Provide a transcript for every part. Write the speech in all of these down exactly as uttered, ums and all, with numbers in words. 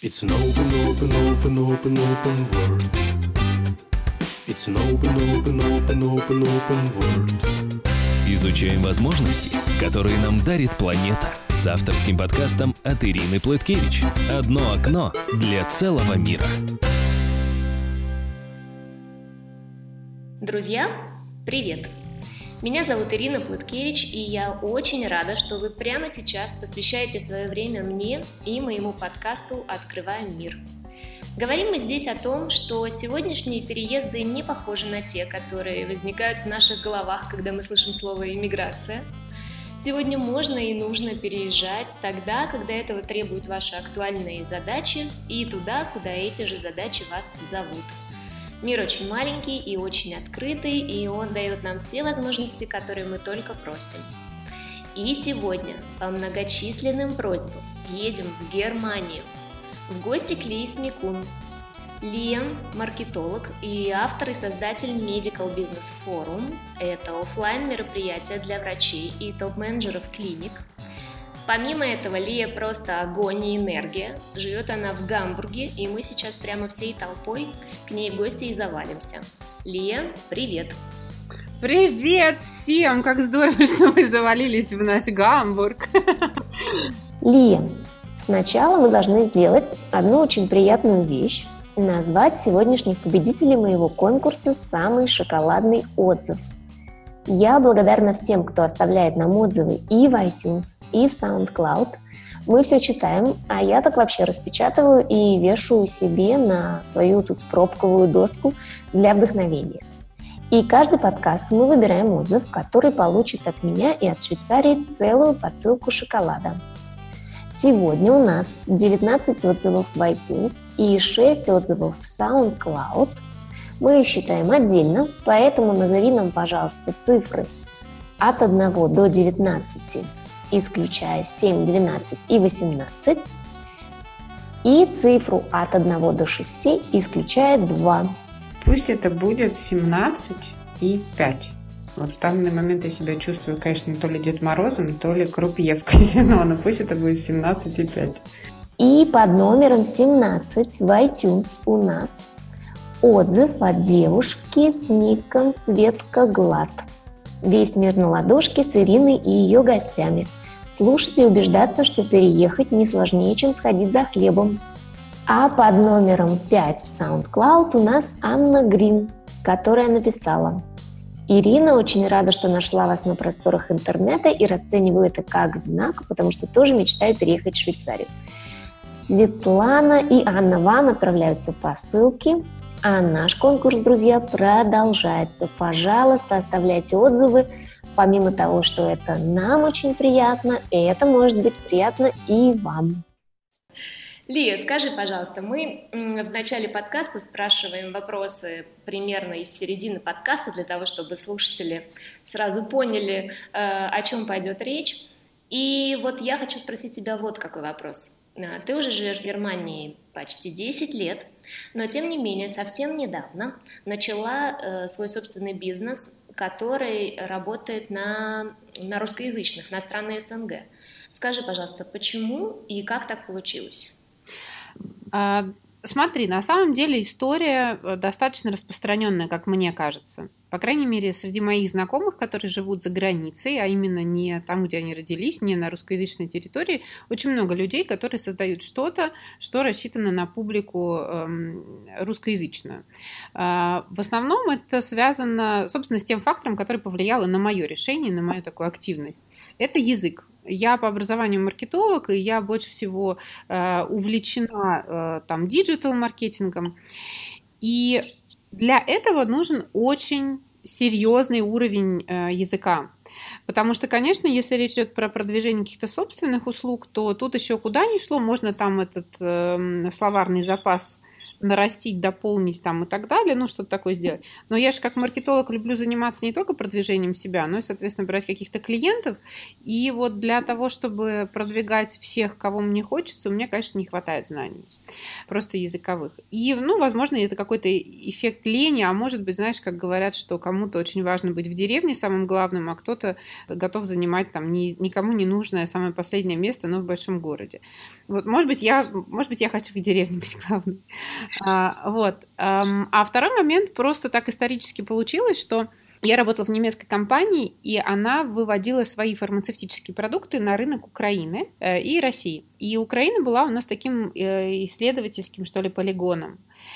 It's an open, open, open, open, open world. It's an open, open, open, open, open world. Изучаем возможности, которые нам дарит планета, с авторским подкастом от Ирины Плыткевич. Одно окно для целого мира. Друзья, привет! Меня зовут Ирина Плыткевич, и я очень рада, что вы прямо сейчас посвящаете свое время мне и моему подкасту «Открываем мир». Говорим мы здесь о том, что сегодняшние переезды не похожи на те, которые возникают в наших головах, когда мы слышим слово «иммиграция». Сегодня можно и нужно переезжать тогда, когда этого требуют ваши актуальные задачи, и туда, куда эти же задачи вас зовут. Мир очень маленький и очень открытый, и он дает нам все возможности, которые мы только просим. И сегодня по многочисленным просьбам едем в Германию, в гости к Лии Смекун. Лия – маркетолог и автор и создатель Medical Business Forum. Это офлайн мероприятие для врачей и топ-менеджеров клиник. Помимо этого, Лия просто огонь и энергия. Живет она в Гамбурге, и мы сейчас прямо всей толпой к ней в гости и завалимся. Лия, привет! Привет всем! Как здорово, что вы завалились в наш Гамбург! Лия, сначала мы должны сделать одну очень приятную вещь. Назвать сегодняшних победителей моего конкурса «Самый шоколадный отзыв». Я благодарна всем, кто оставляет нам отзывы и в iTunes, и в SoundCloud. Мы все читаем, а я так вообще распечатываю и вешаю себе на свою тут пробковую доску для вдохновения. И каждый подкаст мы выбираем отзыв, который получит от меня и от Швейцарии целую посылку шоколада. Сегодня у нас девятнадцать отзывов в iTunes и шесть отзывов в SoundCloud. Мы их считаем отдельно, поэтому назови нам, пожалуйста, цифры от одного до девятнадцати, исключая семь, двенадцать и восемнадцать, и цифру от одного до шести, исключая два. Пусть это будет семнадцать и пять. Вот в данный момент я себя чувствую, конечно, то ли Дед Морозом, то ли крупье в казино, но пусть это будет семнадцать и пять. И под номером семнадцать в iTunes у нас отзыв от девушки с ником Светка Глад. Весь мир на ладошке с Ириной и ее гостями. Слушать и убеждаться, что переехать не сложнее, чем сходить за хлебом. А под номером пять в SoundCloud у нас Анна Грин, которая написала: «Ирина, очень рада, что нашла вас на просторах интернета и расцениваю это как знак, потому что тоже мечтаю переехать в Швейцарию. Светлана и Анна вам отправляются посылки. А наш конкурс, друзья, продолжается. Пожалуйста, оставляйте отзывы. Помимо того, что это нам очень приятно, это может быть приятно и вам». Лия, скажи, пожалуйста, мы в начале подкаста спрашиваем вопросы примерно из середины подкаста для того, чтобы слушатели сразу поняли, о чем пойдет речь. И вот я хочу спросить тебя вот какой вопрос. Ты уже живешь в Германии почти десять лет, но тем не менее совсем недавно начала э, свой собственный бизнес, который работает на, на русскоязычных, на страны СНГ. Скажи, пожалуйста, почему и как так получилось? А, смотри, на самом деле история достаточно распространенная, как мне кажется. По крайней мере, среди моих знакомых, которые живут за границей, а именно не там, где они родились, не на русскоязычной территории, очень много людей, которые создают что-то, что рассчитано на публику эм, русскоязычную. Э, в основном это связано, собственно, с тем фактором, который повлиял на мое решение, на мою такую активность. Это язык. Я по образованию маркетолог, и я больше всего э, увлечена э, там диджитал-маркетингом. И для этого нужен очень серьезный уровень э, языка. Потому что, конечно, если речь идет про продвижение каких-то собственных услуг, то тут еще куда ни шло, можно там этот э, словарный запас нарастить, дополнить там и так далее, ну, что-то такое сделать. Но я же как маркетолог люблю заниматься не только продвижением себя, но и, соответственно, брать каких-то клиентов. И вот для того, чтобы продвигать всех, кого мне хочется, у меня, конечно, не хватает знаний, просто языковых. И, ну, возможно, это какой-то эффект лени, а может быть, знаешь, как говорят, что кому-то очень важно быть в деревне самым главным, а кто-то готов занимать там ни, никому не нужное самое последнее место, но в большом городе. Вот, может быть, я, может быть, я хочу в деревне быть главной. А, вот. А второй момент, просто так исторически получилось, что я работала в немецкой компании, и она выводила свои фармацевтические продукты на рынок Украины и России. И Украина была у нас таким исследовательским, что ли, полигоном.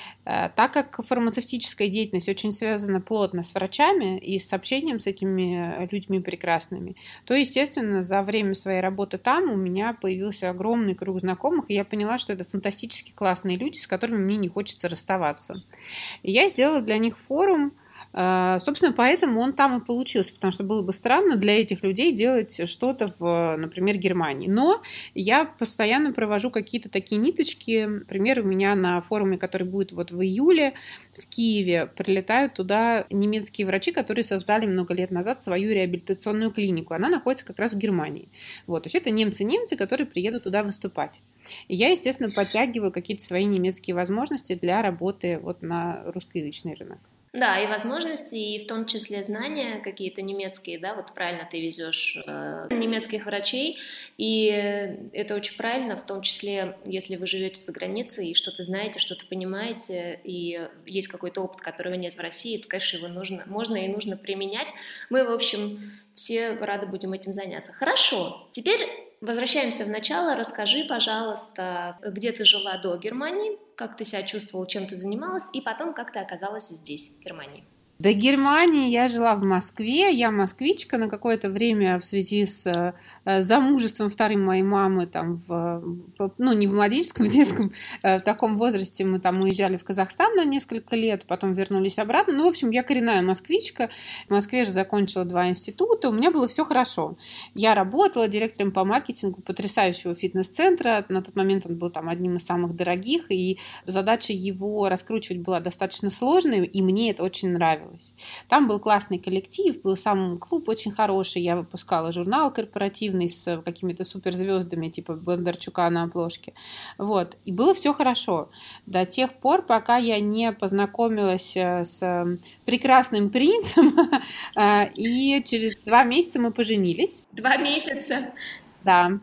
Так как фармацевтическая деятельность очень связана плотно с врачами и с общением с этими людьми прекрасными, то, естественно, за время своей работы там у меня появился огромный круг знакомых, и я поняла, что это фантастически классные люди, с которыми мне не хочется расставаться. И я сделала для них форум. Собственно, поэтому он там и получился, потому что было бы странно для этих людей делать что-то в, например, Германии. Но я постоянно провожу какие-то такие ниточки. Например, у меня на форуме, который будет вот в июле в Киеве, прилетают туда немецкие врачи, которые создали много лет назад свою реабилитационную клинику. Она находится как раз в Германии. Вот, то есть это немцы-немцы, которые приедут туда выступать. И я, естественно, подтягиваю какие-то свои немецкие возможности для работы вот на русскоязычный рынок. Да, и возможности, и в том числе знания какие-то немецкие, да, вот правильно ты везешь э, немецких врачей, и это очень правильно, в том числе, если вы живете за границей и что-то знаете, что-то понимаете, и есть какой-то опыт, которого нет в России, то, конечно, его нужно, можно и нужно применять. Мы, в общем, все рады будем этим заняться. Хорошо, теперь возвращаемся в начало. Расскажи, пожалуйста, где ты жила до Германии, как ты себя чувствовала, чем ты занималась, и потом, как ты оказалась здесь, в Германии. До Германии я жила в Москве, я москвичка на какое-то время в связи с замужеством второй моей мамы, там в, ну не в младенческом, в детском, в таком возрасте мы там уезжали в Казахстан на несколько лет, потом вернулись обратно. Ну, в общем, я коренная москвичка, в Москве же закончила два института, у меня было все хорошо. Я работала директором по маркетингу потрясающего фитнес-центра, на тот момент он был там одним из самых дорогих, и задача его раскручивать была достаточно сложной, и мне это очень нравилось. Там был классный коллектив, был сам клуб очень хороший, я выпускала журнал корпоративный с какими-то суперзвездами типа Бондарчука на обложке. Вот. И было все хорошо до тех пор, пока я не познакомилась с прекрасным принцем, и через два месяца мы поженились. Два месяца? Да.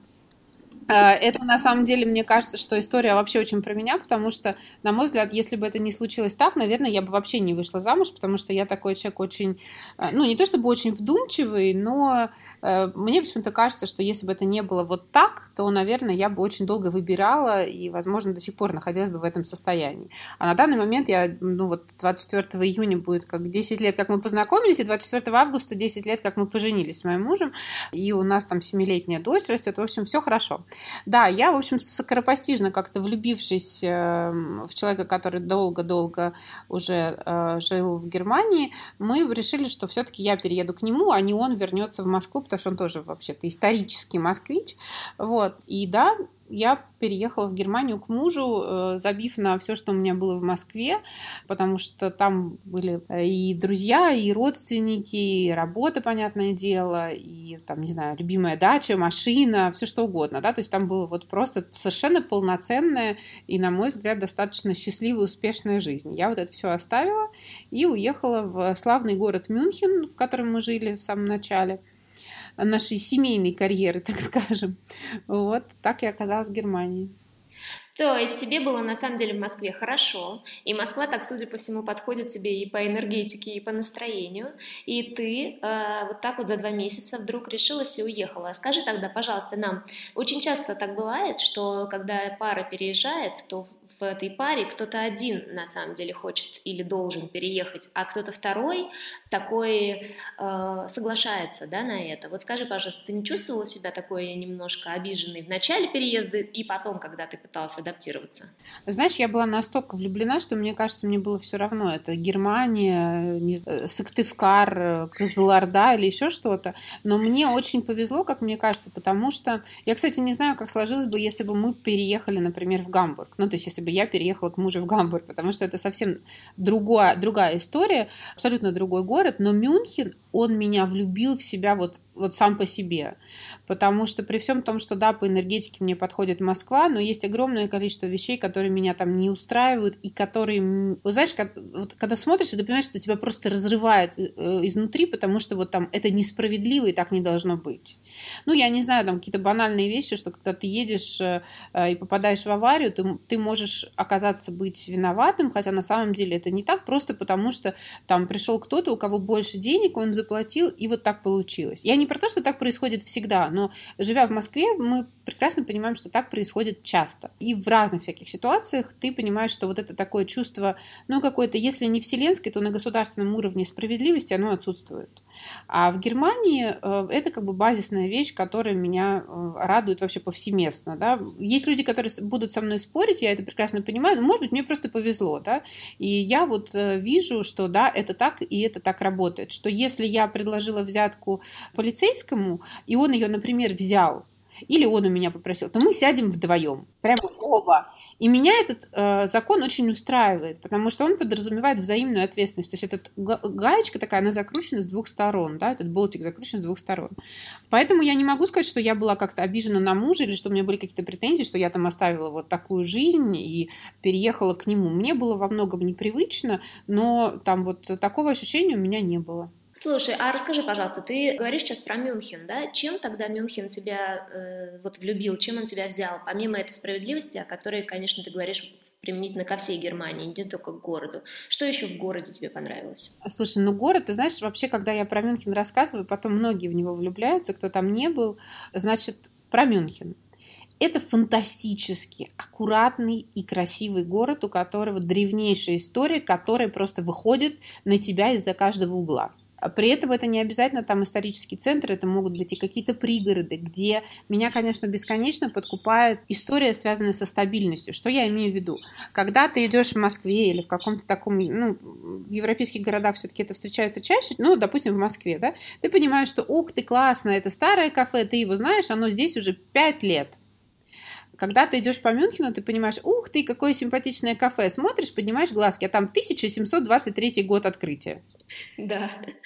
Это на самом деле, мне кажется, что история вообще очень про меня, потому что, на мой взгляд, если бы это не случилось так, наверное, я бы вообще не вышла замуж, потому что я такой человек очень, ну, не то чтобы очень вдумчивый, но мне почему-то кажется, что если бы это не было вот так, то, наверное, я бы очень долго выбирала и, возможно, до сих пор находилась бы в этом состоянии. А на данный момент я, ну, вот двадцать четвёртого июня будет как десять лет, как мы познакомились, и двадцать четвёртого августа десять лет, как мы поженились с моим мужем, и у нас там семилетняя дочь растет, в общем, все хорошо. Да, я, в общем, скоропостижно как-то влюбившись в человека, который долго-долго уже жил в Германии, мы решили, что все-таки я перееду к нему, а не он вернется в Москву, потому что он тоже вообще-то исторический москвич. Вот. И да, я переехала в Германию к мужу, забив на все, что у меня было в Москве, потому что там были и друзья, и родственники, и работа, понятное дело, и там, не знаю, любимая дача, машина, все что угодно, да, то есть там было вот просто совершенно полноценная и, на мой взгляд, достаточно счастливая, успешная жизнь. Я вот это все оставила и уехала в славный город Мюнхен, в котором мы жили в самом начале нашей семейной карьеры, так скажем. Вот так я оказалась в Германии. То есть тебе было на самом деле в Москве хорошо, и Москва, так судя по всему, подходит тебе и по энергетике, и по настроению, и ты э, вот так вот за два месяца вдруг решилась и уехала. А скажи тогда, пожалуйста, нам, очень часто так бывает, что когда пара переезжает, то в этой паре кто-то один на самом деле хочет или должен переехать, а кто-то второй такой э, соглашается, да, на это. Вот скажи, пожалуйста, ты не чувствовала себя такой немножко обиженной в начале переезда и потом, когда ты пыталась адаптироваться? Знаешь, я была настолько влюблена, что мне кажется, мне было все равно. Это Германия, не знаю, Сыктывкар, Кызылорда или еще что-то. Но мне очень повезло, как мне кажется, потому что я, кстати, не знаю, как сложилось бы, если бы мы переехали, например, в Гамбург. Ну, то есть, если бы я переехала к мужу в Гамбург, потому что это совсем другая, другая история, абсолютно другой город, но Мюнхен, он меня влюбил в себя вот, вот сам по себе, потому что при всем том, что да, по энергетике мне подходит Москва, но есть огромное количество вещей, которые меня там не устраивают и которые, вот знаешь, как, вот, когда смотришь, ты понимаешь, что тебя просто разрывает э, изнутри, потому что вот там это несправедливо и так не должно быть. Ну, я не знаю, там какие-то банальные вещи, что когда ты едешь э, и попадаешь в аварию, ты, ты можешь оказаться быть виноватым, хотя на самом деле это не так, просто потому что там пришел кто-то, у кого больше денег, он заплатил, и вот так получилось. Я не про то, что так происходит всегда, но живя в Москве, мы прекрасно понимаем, что так происходит часто. И в разных всяких ситуациях ты понимаешь, что вот это такое чувство, ну, какое-то, если не вселенское, то на государственном уровне справедливости оно отсутствует. А в Германии э, это как бы базисная вещь, которая меня э, радует вообще повсеместно. Да? Есть люди, которые будут со мной спорить, я это прекрасно понимаю, но, может быть, мне просто повезло. Да? И я вот э, вижу, что да, это так, и это так работает. Что если я предложила взятку полицейскому, и он ее, например, взял, или он у меня попросил, то мы сядем вдвоем, прямо оба. И меня этот э, закон очень устраивает, потому что он подразумевает взаимную ответственность. То есть эта гаечка такая, она закручена с двух сторон, да, этот болтик закручен с двух сторон. Поэтому я не могу сказать, что я была как-то обижена на мужа, или что у меня были какие-то претензии, что я там оставила вот такую жизнь и переехала к нему. Мне было во многом непривычно, но там вот такого ощущения у меня не было. Слушай, а расскажи, пожалуйста, ты говоришь сейчас про Мюнхен, да? Чем тогда Мюнхен тебя э, вот влюбил, чем он тебя взял, помимо этой справедливости, о которой, конечно, ты говоришь применительно ко всей Германии, не только к городу. Что еще в городе тебе понравилось? Слушай, ну город, ты знаешь, вообще, когда я про Мюнхен рассказываю, потом многие в него влюбляются, кто там не был, значит, про Мюнхен. Это фантастически аккуратный и красивый город, у которого древнейшая история, которая просто выходит на тебя из-за каждого угла. При этом это не обязательно там исторический центр, это могут быть и какие-то пригороды, где меня, конечно, бесконечно подкупает история, связанная со стабильностью. Что я имею в виду? Когда ты идешь в Москве или в каком-то таком, ну, в европейских городах все-таки это встречается чаще, ну, допустим, в Москве, да, ты понимаешь, что, ух ты, классно, это старое кафе, ты его знаешь, оно здесь уже пять лет. Когда ты идешь по Мюнхену, ты понимаешь, ух ты, какое симпатичное кафе. Смотришь, поднимаешь глазки, а там тысяча семьсот двадцать третий год открытия. Да.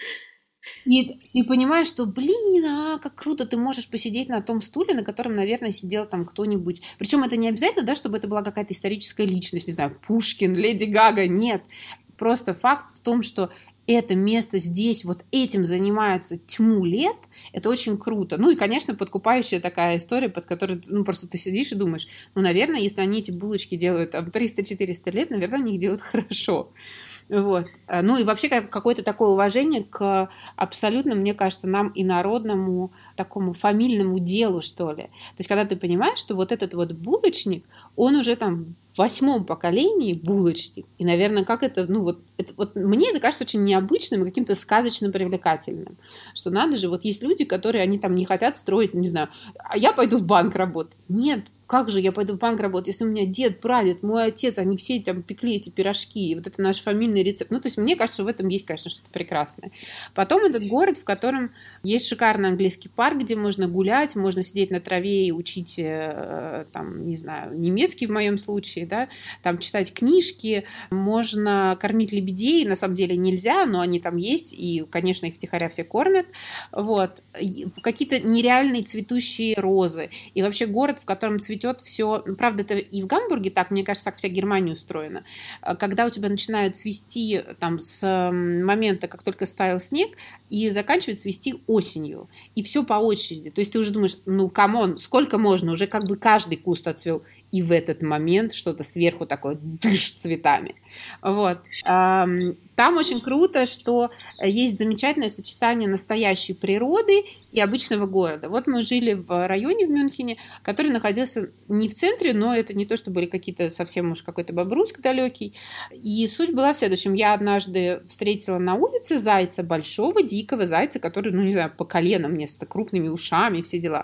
И ты понимаешь, что, блин, а, как круто, ты можешь посидеть на том стуле, на котором, наверное, сидел там кто-нибудь. Причем это не обязательно, да, чтобы это была какая-то историческая личность, не знаю, Пушкин, Леди Гага, нет. Просто факт в том, что это место здесь вот этим занимается тьму лет, это очень круто. Ну и, конечно, подкупающая такая история, под которой, ну, просто ты сидишь и думаешь, ну, наверное, если они эти булочки делают там триста-четыреста лет, наверное, они их делают хорошо. Вот. Ну и вообще какое-то такое уважение к абсолютно, мне кажется, нам инородному такому фамильному делу, что ли. То есть, когда ты понимаешь, что вот этот вот булочник, он уже там в восьмом поколении булочник. И, наверное, как это, ну вот, это, вот мне это кажется очень необычным и каким-то сказочно привлекательным. Что надо же, вот есть люди, которые, они там не хотят строить, не знаю, а я пойду в банк работать. Нет. Как же я пойду в банк работать, если у меня дед, прадед, мой отец, они все там пекли эти пирожки, и вот это наш фамильный рецепт. Ну, то есть, мне кажется, в этом есть, конечно, что-то прекрасное. Потом этот город, в котором есть шикарный английский парк, где можно гулять, можно сидеть на траве и учить, там, не знаю, немецкий в моем случае, да, там читать книжки, можно кормить лебедей, на самом деле нельзя, но они там есть, и, конечно, их втихаря все кормят, вот. Какие-то нереальные цветущие розы, и вообще город, в котором цветет цветет все, правда, это и в Гамбурге так, мне кажется, так вся Германия устроена. Когда у тебя начинает цвести там с момента, как только стаял снег, и заканчивает цвести осенью. И все по очереди. То есть ты уже думаешь, ну, камон, сколько можно? Уже как бы каждый куст отцвел. И в этот момент что-то сверху такое дыш цветами. Вот. Там очень круто, что есть замечательное сочетание настоящей природы и обычного города. Вот мы жили в районе в Мюнхене, который находился не в центре, но это не то, что были какие-то совсем уж какой-то Бобруйск далекий. И суть была в следующем. Я однажды встретила на улице зайца, большого дикого зайца, который, ну не знаю, по колено мне с крупными ушами, все дела.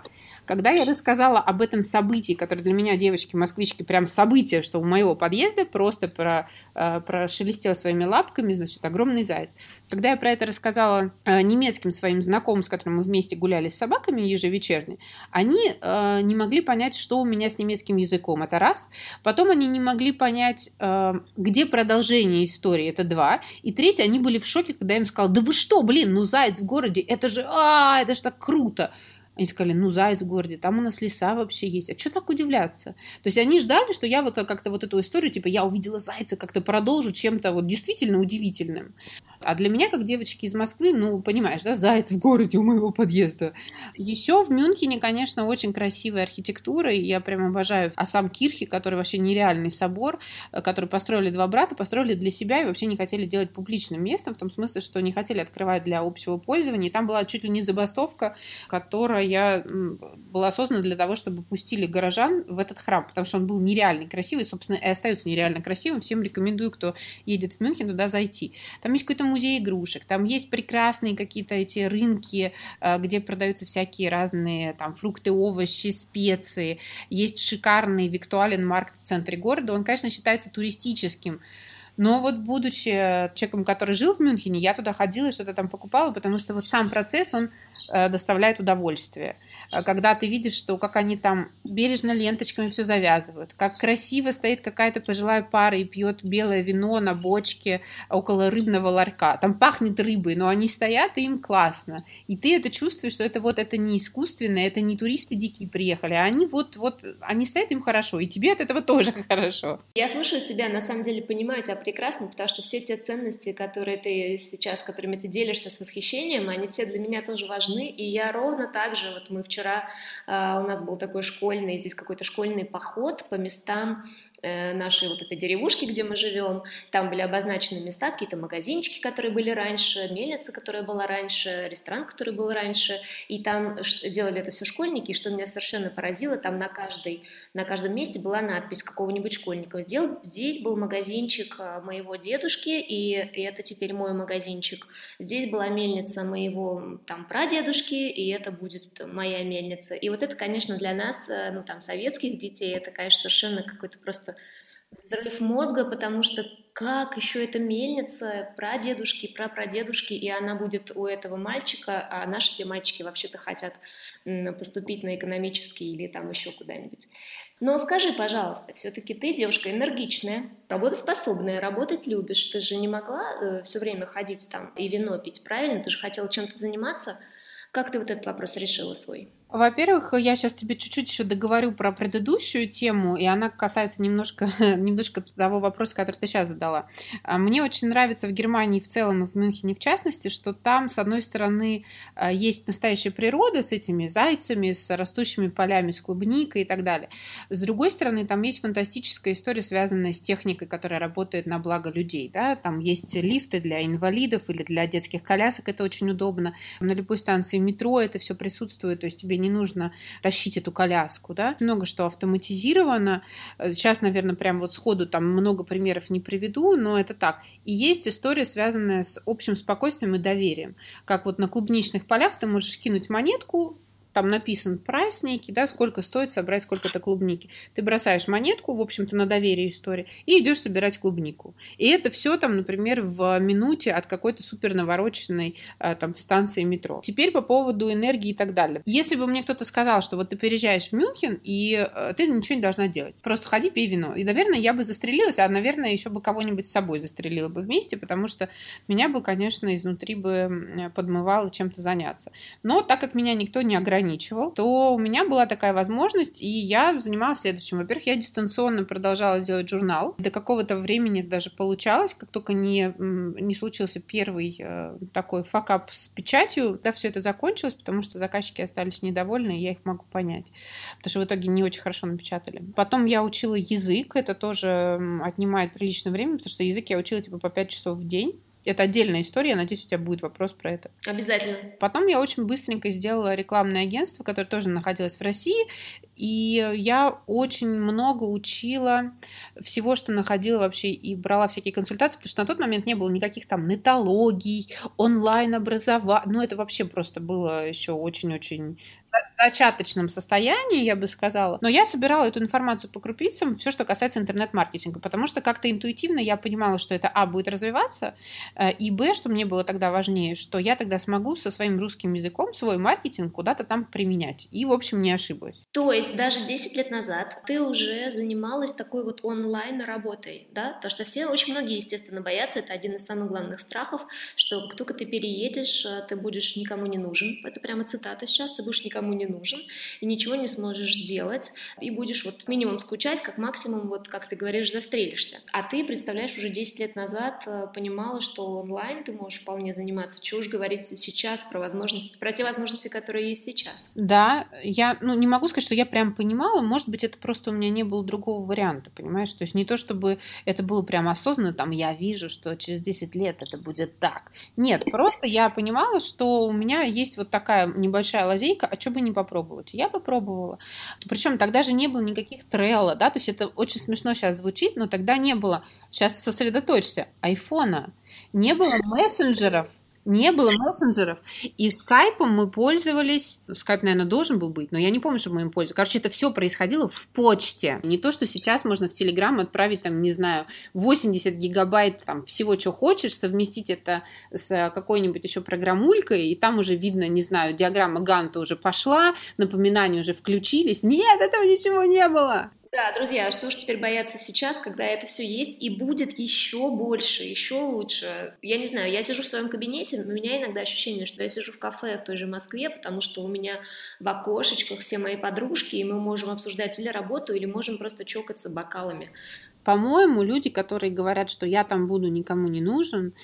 Когда я рассказала об этом событии, которое для меня, девочки-москвички, прям событие, что у моего подъезда просто про, прошелестел своими лапками, значит, огромный заяц. Когда я про это рассказала немецким своим знакомым, с которыми мы вместе гуляли с собаками ежевечерне, они не могли понять, что у меня с немецким языком. Это раз. Потом они не могли понять, где продолжение истории. Это два. И третье, они были в шоке, когда я им сказала: да вы что, блин, ну заяц в городе, это же, а, это же так круто. Они сказали: ну, заяц в городе, там у нас леса вообще есть. А что так удивляться? То есть они ждали, что я вот как-то вот эту историю, типа, я увидела зайца, как-то продолжу чем-то вот действительно удивительным. А для меня, как девочки из Москвы, ну, понимаешь, да, заяц в городе у моего подъезда. Еще в Мюнхене, конечно, очень красивая архитектура, и я прям обожаю Асам-Кирхе, который вообще нереальный собор, который построили два брата, построили для себя и вообще не хотели делать публичным местом, в том смысле, что не хотели открывать для общего пользования. И там была чуть ли не забастовка, которая я была создана для того, чтобы пустили горожан в этот храм, потому что он был нереально красивый, собственно, и остается нереально красивым. Всем рекомендую, кто едет в Мюнхен, туда зайти. Там есть какой-то музей игрушек, там есть прекрасные какие-то эти рынки, где продаются всякие разные там фрукты, овощи, специи. Есть шикарный Виктуаленмаркт в центре города. Он, конечно, считается туристическим, но вот будучи человеком, который жил в Мюнхене, я туда ходила и что-то там покупала, потому что вот сам процесс, он э, доставляет удовольствие. Когда ты видишь, что как они там бережно ленточками все завязывают, как красиво стоит какая-то пожилая пара и пьет белое вино на бочке около рыбного ларька. Там пахнет рыбой, но они стоят, и им классно. И ты это чувствуешь, что это вот это не искусственное, это не туристы дикие приехали, а они вот, вот они стоят, им хорошо, и тебе от этого тоже хорошо. Я слушаю тебя, на самом деле понимаю тебя прекрасно, потому что все те ценности, которые ты сейчас, которыми ты делишься с восхищением, они все для меня тоже важны, и я ровно так же, вот мы вчера, uh, у нас был такой школьный, здесь какой-то школьный поход по местам нашей вот этой деревушки, где мы живем, там были обозначены места, какие-то магазинчики, которые были раньше, мельница, которая была раньше, ресторан, который был раньше, и там делали это все школьники, и что меня совершенно поразило, там на, каждой, на каждом месте была надпись какого-нибудь школьника. Сделал, здесь был магазинчик моего дедушки, и, и это теперь мой магазинчик. Здесь была мельница моего там прадедушки, и это будет моя мельница. И вот это, конечно, для нас, ну там, советских детей, это, конечно, совершенно какой-то просто взрыв мозга, потому что как еще эта мельница, прадедушки, прапрадедушки, и она будет у этого мальчика, а наши все мальчики вообще-то хотят поступить на экономический или там еще куда-нибудь. Но скажи, пожалуйста, все-таки ты девушка энергичная, работоспособная, работать любишь, ты же не могла э, все время ходить там и вино пить, правильно? Ты же хотела чем-то заниматься. Как ты вот этот вопрос решила свой? Во-первых, я сейчас тебе чуть-чуть еще договорю про предыдущую тему, и она касается немножко, немножко того вопроса, который ты сейчас задала. Мне очень нравится в Германии в целом и в Мюнхене в частности, что там, с одной стороны, есть настоящая природа с этими зайцами, с растущими полями, с клубникой и так далее. С другой стороны, там есть фантастическая история, связанная с техникой, которая работает на благо людей. Да? Там есть лифты для инвалидов или для детских колясок, это очень удобно. На любой станции метро это все присутствует, то есть тебе не нужно тащить эту коляску, да, много что автоматизировано, сейчас, наверное, прям вот сходу там много примеров не приведу, но это так, и есть история, связанная с общим спокойствием и доверием, как вот на клубничных полях ты можешь кинуть монетку, там написан прайс некий, да, сколько стоит собрать сколько-то клубники. Ты бросаешь монетку, в общем-то, на доверие истории, и идешь собирать клубнику. И это все там, например, в минуте от какой-то супер навороченной там станции метро. Теперь по поводу энергии и так далее. Если бы мне кто-то сказал, что вот ты переезжаешь в Мюнхен, и ты ничего не должна делать, просто ходи, пей вино. И, наверное, я бы застрелилась, а, наверное, еще бы кого-нибудь с собой застрелила бы вместе, потому что меня бы, конечно, изнутри бы подмывало чем-то заняться. Но так как меня никто не ограничивал, то у меня была такая возможность, и я занималась следующим. Во-первых, я дистанционно продолжала делать журнал. До какого-то времени даже получалось, как только не, не случился первый э, такой факап с печатью, да, все это закончилось, потому что заказчики остались недовольны, и я их могу понять. Потому что в итоге не очень хорошо напечатали. Потом я учила язык, это тоже отнимает приличное время, потому что язык я учила типа по пять часов в день. Это отдельная история, я надеюсь, у тебя будет вопрос про это. Обязательно. Потом я очень быстренько сделала рекламное агентство, которое тоже находилось в России, И я очень много учила всего, что находила вообще, и брала всякие консультации, потому что на тот момент не было никаких там нетологий, онлайн-образования. Ну, это вообще просто было еще очень-очень в зачаточном состоянии, я бы сказала. Но я собирала эту информацию по крупицам, все, что касается интернет-маркетинга, потому что как-то интуитивно я понимала, что это, а, будет развиваться, и, б, что мне было тогда важнее, что я тогда смогу со своим русским языком свой маркетинг куда-то там применять. И, в общем, не ошиблась. То есть даже десять лет назад ты уже занималась такой вот онлайн-работой, да? То, что все, очень многие, естественно, боятся, это один из самых главных страхов, что как только ты переедешь, ты будешь никому не нужен. Это прямо цитата сейчас, ты будешь никому не нужен, и ничего не сможешь делать, и будешь вот минимум скучать, как максимум, вот как ты говоришь, застрелишься. А ты, представляешь, уже десять лет назад понимала, что онлайн ты можешь вполне заниматься. Чего уж говорить сейчас про возможности, про те возможности, которые есть сейчас. Да, я, ну, не могу сказать, что я прям понимала, может быть, это просто у меня не было другого варианта, понимаешь? То есть не то, чтобы это было прям осознанно, там, я вижу, что через десять лет это будет так. Нет, просто я понимала, что у меня есть вот такая небольшая лазейка, а что бы не попробовать. Я попробовала. Причем тогда же не было никаких Trello, да, то есть это очень смешно сейчас звучит, но тогда не было, сейчас сосредоточься, айфона, не было мессенджеров, не было мессенджеров, и скайпом мы пользовались, скайп, наверное, должен был быть, но я не помню, чтобы мы им пользовались. Короче, это все происходило в почте. Не то, что сейчас можно в Телеграм отправить, там, не знаю, восемьдесят гигабайт там, всего, что хочешь, совместить это с какой-нибудь еще программулькой, и там уже видно, не знаю, диаграмма Ганта уже пошла, напоминания уже включились. Нет, этого ничего не было. Да, друзья, что уж теперь бояться сейчас, когда это все есть и будет еще больше, еще лучше. Я не знаю, я сижу в своем кабинете, но у меня иногда ощущение, что я сижу в кафе в той же Москве, потому что у меня в окошечках все мои подружки, и мы можем обсуждать или работу, или можем просто чокаться бокалами. По-моему, люди, которые говорят, что я там буду никому не нужен,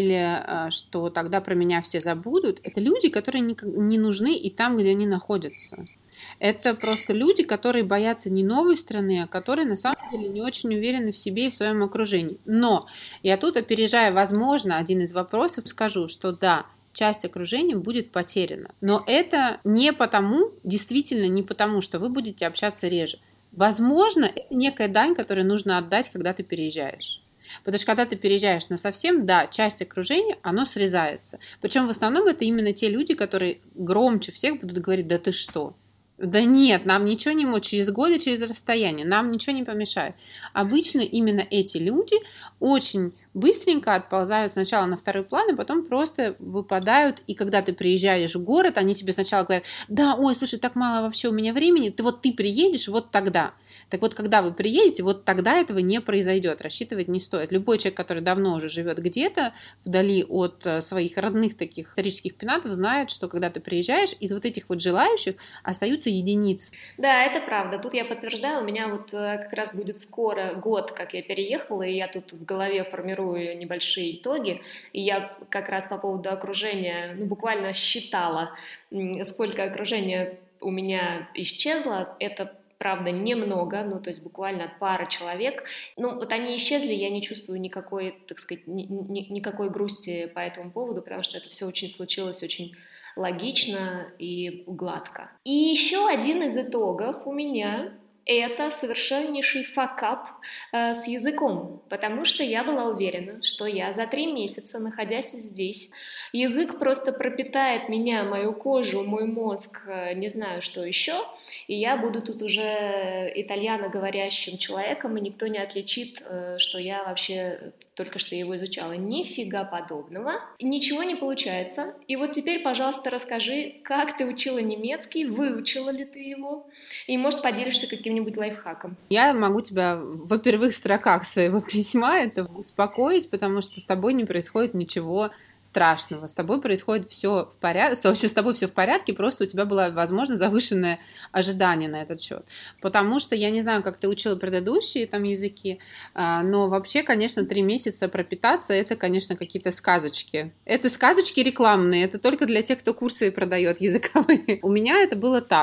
или э, что тогда про меня все забудут, это люди, которые не, не нужны и там, где они находятся. Это просто люди, которые боятся не новой страны, а которые на самом деле не очень уверены в себе и в своем окружении. Но я тут, опережая, возможно, один из вопросов, скажу, что да, часть окружения будет потеряна. Но это не потому, действительно не потому, что вы будете общаться реже. Возможно, это некая дань, которую нужно отдать, когда ты переезжаешь. Потому что когда ты переезжаешь насовсем, да, часть окружения, оно срезается. Причем в основном это именно те люди, которые громче всех будут говорить: да ты что? Да нет, нам ничего не может, через годы, через расстояние, нам ничего не помешает. Обычно именно эти люди очень быстренько отползают сначала на второй план, и потом просто выпадают, и когда ты приезжаешь в город, они тебе сначала говорят: да, ой, слушай, так мало вообще у меня времени, ты вот ты приедешь вот тогда. Так вот, когда вы приедете, вот тогда этого не произойдет, рассчитывать не стоит. Любой человек, который давно уже живет где-то, вдали от своих родных таких исторических пенатов, знает, что когда ты приезжаешь, из вот этих вот желающих остаются единицы. Да, это правда. Тут я подтверждаю, у меня вот как раз будет скоро год, как я переехала, и я тут в голове формирую небольшие итоги, и я как раз по поводу окружения, ну, буквально считала, сколько окружения у меня исчезло. Это правда, немного, ну, то есть буквально пара человек. Ну, вот они исчезли, я не чувствую никакой, так сказать, ни, ни, никакой грусти по этому поводу, потому что это все очень случилось очень логично и гладко. И еще один из итогов у меня — это совершеннейший факап э, с языком, потому что я была уверена, что я за три месяца, находясь здесь, язык просто пропитает меня, мою кожу, мой мозг, э, не знаю, что еще, и я буду тут уже итальяно-говорящим человеком, и никто не отличит, э, что я вообще только что его изучала. Нифига подобного. Ничего не получается. И вот теперь, пожалуйста, расскажи, как ты учила немецкий, выучила ли ты его, и, может, поделишься каким-нибудь лайфхаком. Я могу тебя во первых строках своего письма это успокоить, потому что с тобой не происходит ничего страшного. С тобой происходит все в порядке, вообще с тобой все в порядке, просто у тебя было, возможно, завышенное ожидание на этот счет. Потому что я не знаю, как ты учила предыдущие там языки, но вообще, конечно, три месяца пропитаться — это, конечно, какие-то сказочки. Это сказочки рекламные, это только для тех, кто курсы продает языковые. У меня это было так.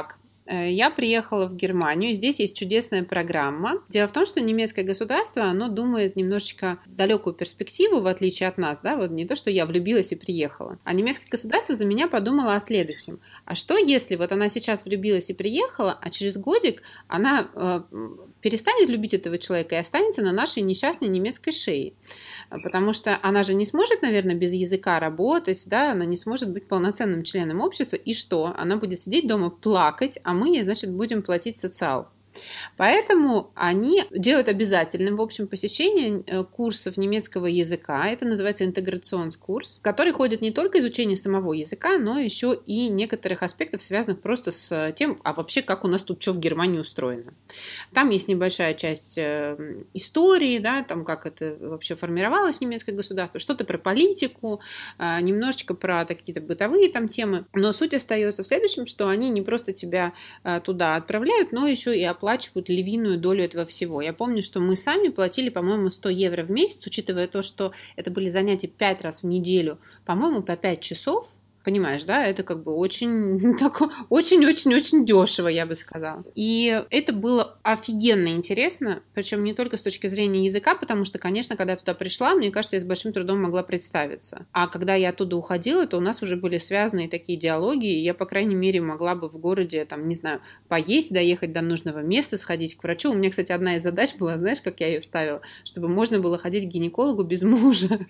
я приехала в Германию, здесь есть чудесная программа. Дело в том, что немецкое государство, оно думает немножечко далекую перспективу, в отличие от нас, да, вот не то, что я влюбилась и приехала, а немецкое государство за меня подумало о следующем. А что если вот она сейчас влюбилась и приехала, а через годик она э, перестанет любить этого человека и останется на нашей несчастной немецкой шее? Потому что она же не сможет, наверное, без языка работать, да, она не сможет быть полноценным членом общества, и что? Она будет сидеть дома, плакать, а мы, значит, будем платить социал. Поэтому они делают обязательным, в общем, посещение курсов немецкого языка. Это называется интеграционскурс, который ходит не только изучение самого языка, но еще и некоторых аспектов, связанных просто с тем, а вообще, как у нас тут что в Германии устроено. Там есть небольшая часть истории, да, там как это вообще формировалось немецкое государство, что-то про политику, немножечко про какие-то бытовые там темы. Но суть остается в следующем, что они не просто тебя туда отправляют, но еще и оплачивают оплачивают львиную долю этого всего. Я помню, что мы сами платили, по-моему, сто евро в месяц, учитывая то, что это были занятия пять раз в неделю, по-моему, по пять часов. Понимаешь, да, это как бы очень, очень-очень-очень дешево, я бы сказала. И это было офигенно интересно, причем не только с точки зрения языка, потому что, конечно, когда я туда пришла, мне кажется, я с большим трудом могла представиться. А когда я оттуда уходила, то у нас уже были связанные такие диалоги, и я, по крайней мере, могла бы в городе, там, не знаю, поесть, доехать до нужного места, сходить к врачу. У меня, кстати, одна из задач была, знаешь, как я ее ставила, чтобы можно было ходить к гинекологу без мужа.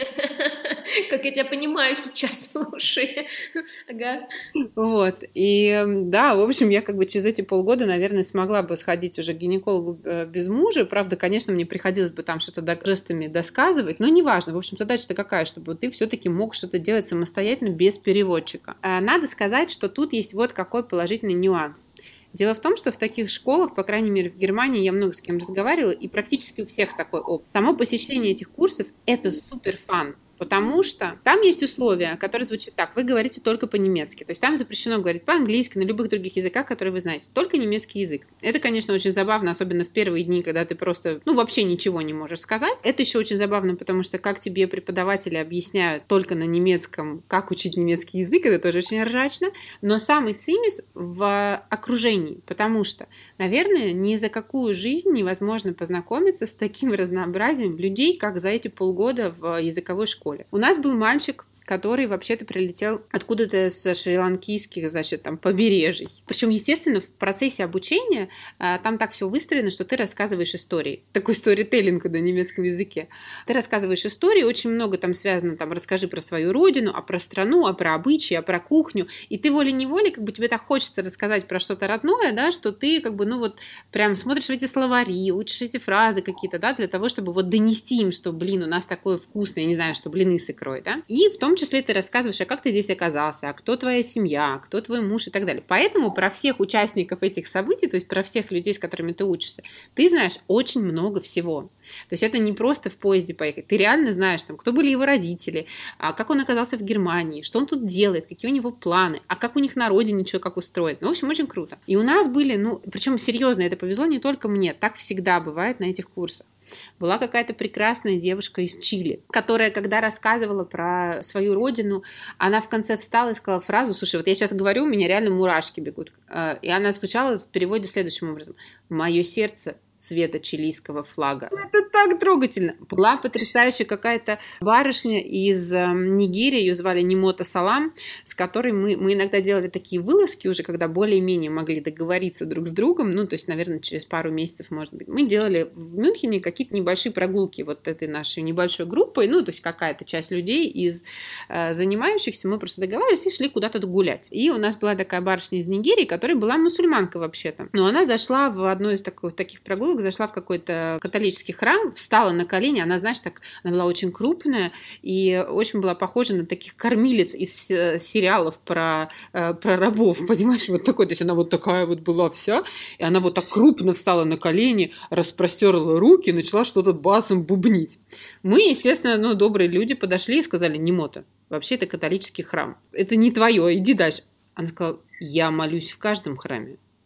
Как я тебя понимаю сейчас, слушай. Ага. Вот. И да, в общем, я как бы через эти полгода, наверное, смогла бы сходить уже к гинекологу без мужа. Правда, конечно, мне приходилось бы там что-то жестами досказывать, но неважно. В общем, задача-то какая, чтобы ты все-таки мог что-то делать самостоятельно без переводчика. Надо сказать, что тут есть вот какой положительный нюанс. Дело в том, что в таких школах, по крайней мере в Германии, я много с кем разговаривала, и практически у всех такой опыт. Само посещение этих курсов – это супер фан. Потому что там есть условия, которые звучат так: вы говорите только по-немецки. То есть там запрещено говорить по-английски, на любых других языках, которые вы знаете. Только немецкий язык. Это, конечно, очень забавно, особенно в первые дни, когда ты просто, ну, вообще ничего не можешь сказать. Это еще очень забавно, потому что как тебе преподаватели объясняют только на немецком, как учить немецкий язык, это тоже очень ржачно. Но самый цимис в окружении, потому что, наверное, ни за какую жизнь невозможно познакомиться с таким разнообразием людей, как за эти полгода в языковой школе. У нас был мальчик, который вообще-то прилетел откуда-то с шри-ланкийских, значит, там, побережий. Причем, естественно, в процессе обучения а, там так все выстроено, что ты рассказываешь истории. Такой сторителлинг на немецком языке. Ты рассказываешь истории, очень много там связано, там, расскажи про свою родину, а про страну, а про обычаи, а про кухню. И ты волей-неволей, как бы тебе так хочется рассказать про что-то родное, да, что ты, как бы, ну вот, прям смотришь в эти словари, учишь эти фразы какие-то, да, для того, чтобы вот донести им, что, блин, у нас такое вкусное, я не знаю, что блины с икрой, да. И в том В том числе ты рассказываешь, а как ты здесь оказался, а кто твоя семья, кто твой муж и так далее. Поэтому про всех участников этих событий, то есть про всех людей, с которыми ты учишься, ты знаешь очень много всего. То есть это не просто в поезде поехать. Ты реально знаешь, там, кто были его родители, а как он оказался в Германии, что он тут делает, какие у него планы, а как у них на родине что, как устроить. Ну, в общем, очень круто. И у нас были, ну, причем серьезно, это повезло не только мне, так всегда бывает на этих курсах. Была какая-то прекрасная девушка из Чили, которая, когда рассказывала про свою родину, она в конце встала и сказала фразу: слушай, вот я сейчас говорю, у меня реально мурашки бегут. И она звучала в переводе следующим образом: «Мое сердце цвета чилийского флага». Это так трогательно. Была потрясающая какая-то барышня из э, Нигерии, ее звали Немота Салам, с которой мы, мы иногда делали такие вылазки уже, когда более-менее могли договориться друг с другом, ну, то есть, наверное, через пару месяцев, может быть. Мы делали в Мюнхене какие-то небольшие прогулки вот этой нашей небольшой группой, ну, то есть, какая-то часть людей из э, занимающихся, мы просто договаривались и шли куда-то гулять. И у нас была такая барышня из Нигерии, которая была мусульманка вообще-то. Но она зашла в одну из таких, таких прогулок, зашла в какой-то католический храм, встала на колени, она, знаешь, так, она была очень крупная и очень была похожа на таких кормилиц из сериалов про, про рабов, понимаешь, вот такой, то есть она вот такая вот была вся, и она вот так крупно встала на колени, распростерла руки и начала что-то басом бубнить. Мы, естественно, ну, добрые люди подошли и сказали: Немота, вообще это католический храм, это не твое, иди дальше. Она сказала: я молюсь в каждом храме.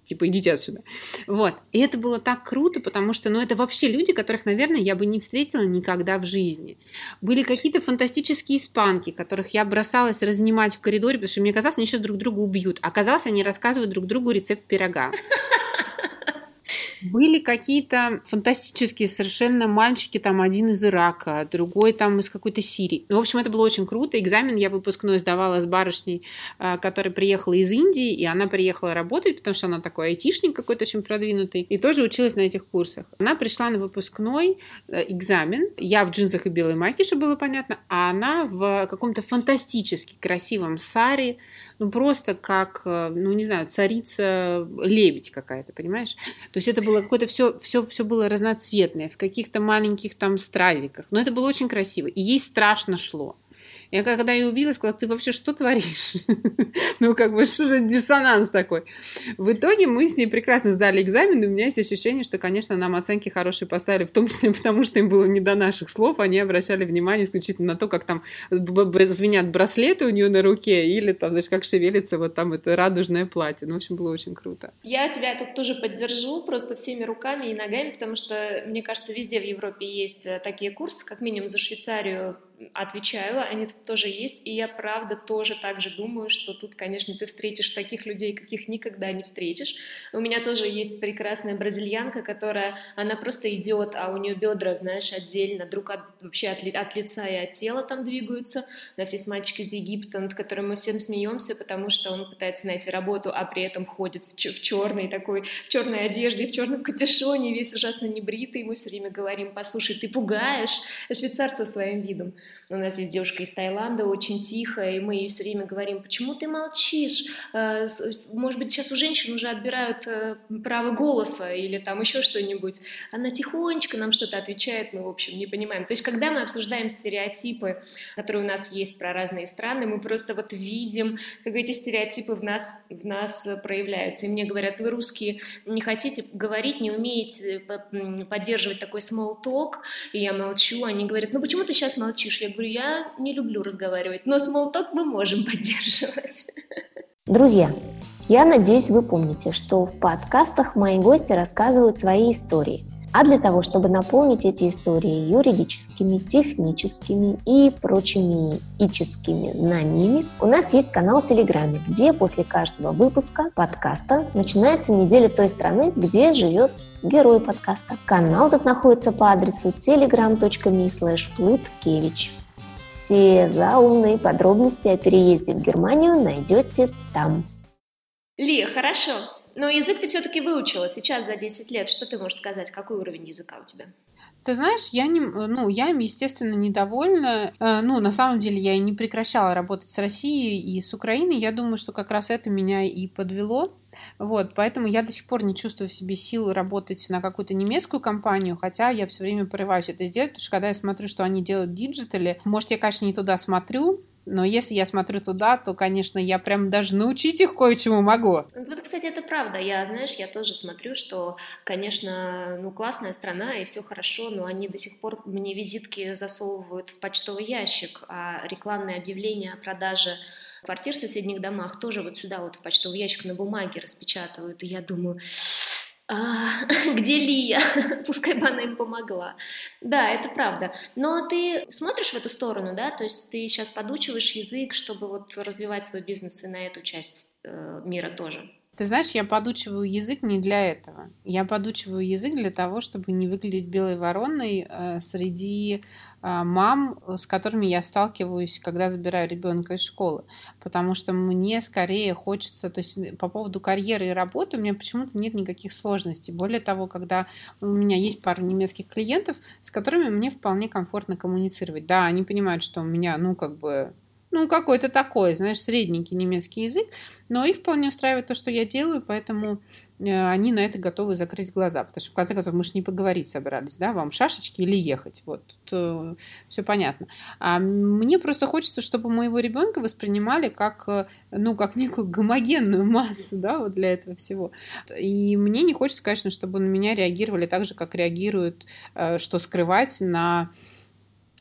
типа, идите отсюда. Вот. И это было так круто, потому что, ну, это вообще люди, которых, наверное, я бы не встретила никогда в жизни. Были какие-то фантастические испанки, которых я бросалась разнимать в коридоре, потому что мне казалось, они сейчас друг друга убьют. Оказалось, они рассказывают друг другу рецепт пирога. Были какие-то фантастические совершенно мальчики, там один из Ирака, другой там из какой-то Сирии. Ну, в общем, это было очень круто. Экзамен я выпускной сдавала с барышней, которая приехала из Индии, и она приехала работать, потому что она такой айтишник какой-то очень продвинутый, и тоже училась на этих курсах. Она пришла на выпускной экзамен, я в джинсах и белой майке, чтобы было понятно, а она в каком-то фантастически красивом сари, ну, просто как, ну, не знаю, царица-лебедь какая-то, понимаешь? То есть это было какое-то все, все, все было разноцветное, в каких-то маленьких там стразиках. Но это было очень красиво. И ей страшно шло. Я когда ее увидела, сказала, ты вообще что творишь? Ну, как бы, что за диссонанс такой? В итоге мы с ней прекрасно сдали экзамен, и у меня есть ощущение, что, конечно, нам оценки хорошие поставили, в том числе потому, что им было не до наших слов, они обращали внимание исключительно на то, как там звенят браслеты у нее на руке, или там, знаешь, как шевелится вот там это радужное платье. Ну, в общем, было очень круто. Я тебя тут тоже поддержу просто всеми руками и ногами, потому что, мне кажется, везде в Европе есть такие курсы, как минимум за Швейцарию отвечаю, они тут тоже есть, и я правда тоже так же думаю, что тут, конечно, ты встретишь таких людей, каких никогда не встретишь. У меня тоже есть прекрасная бразильянка, которая, она просто идет, а у нее бедра, знаешь, отдельно, друг от, вообще от, ли, от лица и от тела там двигаются. У нас есть мальчик из Египта, над которым мы всем смеемся, потому что он пытается найти работу, а при этом ходит в, в черной такой, в черной одежде, в черном капюшоне, весь ужасно небритый, мы все время говорим, послушай, ты пугаешь швейцарцев своим видом. У нас есть девушка из Таиланда, очень тихая, и мы ей все время говорим, почему ты молчишь? Может быть, сейчас у женщин уже отбирают право голоса или там еще что-нибудь. Она тихонечко нам что-то отвечает, мы, в общем, не понимаем. То есть, когда мы обсуждаем стереотипы, которые у нас есть про разные страны, мы просто вот видим, как эти стереотипы в нас, в нас проявляются. И мне говорят, вы, русские, не хотите говорить, не умеете поддерживать такой small talk, и я молчу. Они говорят, ну почему ты сейчас молчишь? Я говорю, я не люблю разговаривать, но small talk мы можем поддерживать. Друзья, я надеюсь, вы помните, что в подкастах мои гости рассказывают свои истории. А для того, чтобы наполнить эти истории юридическими, техническими и прочими ическими знаниями, у нас есть канал в Телеграме, где после каждого выпуска подкаста начинается неделя той страны, где живет герой подкаста. Канал этот находится по адресу telegram точка me слэш плыткевич. Все заумные подробности о переезде в Германию найдете там. Ли, хорошо. Но язык ты все-таки выучила сейчас за десять лет. Что ты можешь сказать? Какой уровень языка у тебя? Ты знаешь, я, не, ну, я им, естественно, недовольна. Ну, на самом деле, я и не прекращала работать с Россией и с Украиной. Я думаю, что как раз это меня и подвело. Вот, поэтому я до сих пор не чувствую в себе сил работать на какую-то немецкую компанию, хотя я все время порываюсь это сделать, потому что когда я смотрю, что они делают в диджитале, может, я, конечно, не туда смотрю, но если я смотрю туда, то, конечно, я прям даже научить их кое-чему могу. Вот, кстати, это правда. Я, знаешь, я тоже смотрю, что, конечно, ну, классная страна и все хорошо, но они до сих пор мне визитки засовывают в почтовый ящик, а рекламные объявления о продаже квартир в соседних домах тоже вот сюда вот в почтовый ящик на бумаге распечатывают. И я думаю... А, где Лия? Пускай бы она им помогла. Да, это правда. Но ты смотришь в эту сторону, да? То есть ты сейчас подучиваешь язык, чтобы вот развивать свой бизнес и на эту часть э, мира тоже. Ты знаешь, я подучиваю язык не для этого. Я подучиваю язык для того, чтобы не выглядеть белой вороной э, среди э, мам, с которыми я сталкиваюсь, когда забираю ребенка из школы. Потому что мне скорее хочется, то есть по поводу карьеры и работы у меня почему-то нет никаких сложностей. Более того, когда у меня есть пара немецких клиентов, с которыми мне вполне комфортно коммуницировать. Да, они понимают, что у меня, ну, как бы... Ну, какой-то такой, знаешь, средненький немецкий язык, но их вполне устраивает то, что я делаю, поэтому они на это готовы закрыть глаза, потому что, в конце концов, мы же не поговорить собрались, да, вам шашечки или ехать, вот, тут все понятно. А мне просто хочется, чтобы моего ребенка воспринимали как, ну, как некую гомогенную массу, да, вот для этого всего. И мне не хочется, конечно, чтобы на меня реагировали так же, как реагируют, что скрывать на...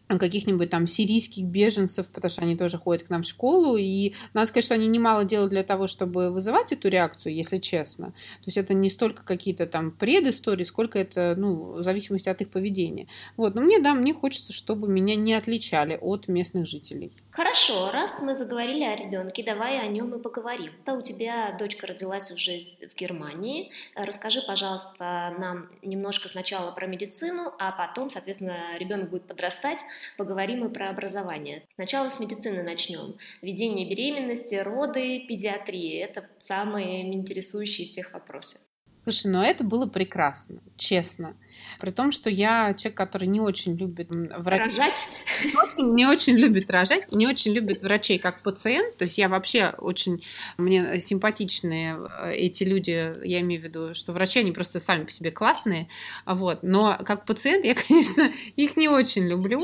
каких-нибудь там сирийских беженцев, потому что они тоже ходят к нам в школу, и надо сказать, что они немало делают для того, чтобы вызывать эту реакцию, если честно. То есть это не столько какие-то там предыстории, сколько это, ну, в зависимости от их поведения. Вот, но мне, да, мне хочется, чтобы меня не отличали от местных жителей. Хорошо, раз мы заговорили о ребенке, давай о нем и поговорим. У тебя дочка родилась уже в Германии. Расскажи, пожалуйста, нам немножко сначала про медицину, а потом, соответственно, ребенок будет подрастать. Поговорим и про образование. Сначала с медицины начнем. Ведение беременности, роды, педиатрия. Это самые интересующие всех вопросы. Слушай, ну это было прекрасно, честно. При том, что я человек, который не очень любит врачей. Рожать? Не очень, не очень любит рожать, не очень любит врачей как пациент. То есть я вообще очень... Мне симпатичны эти люди, я имею в виду, что врачи, они просто сами по себе классные. Вот. Но как пациент я, конечно, их не очень люблю.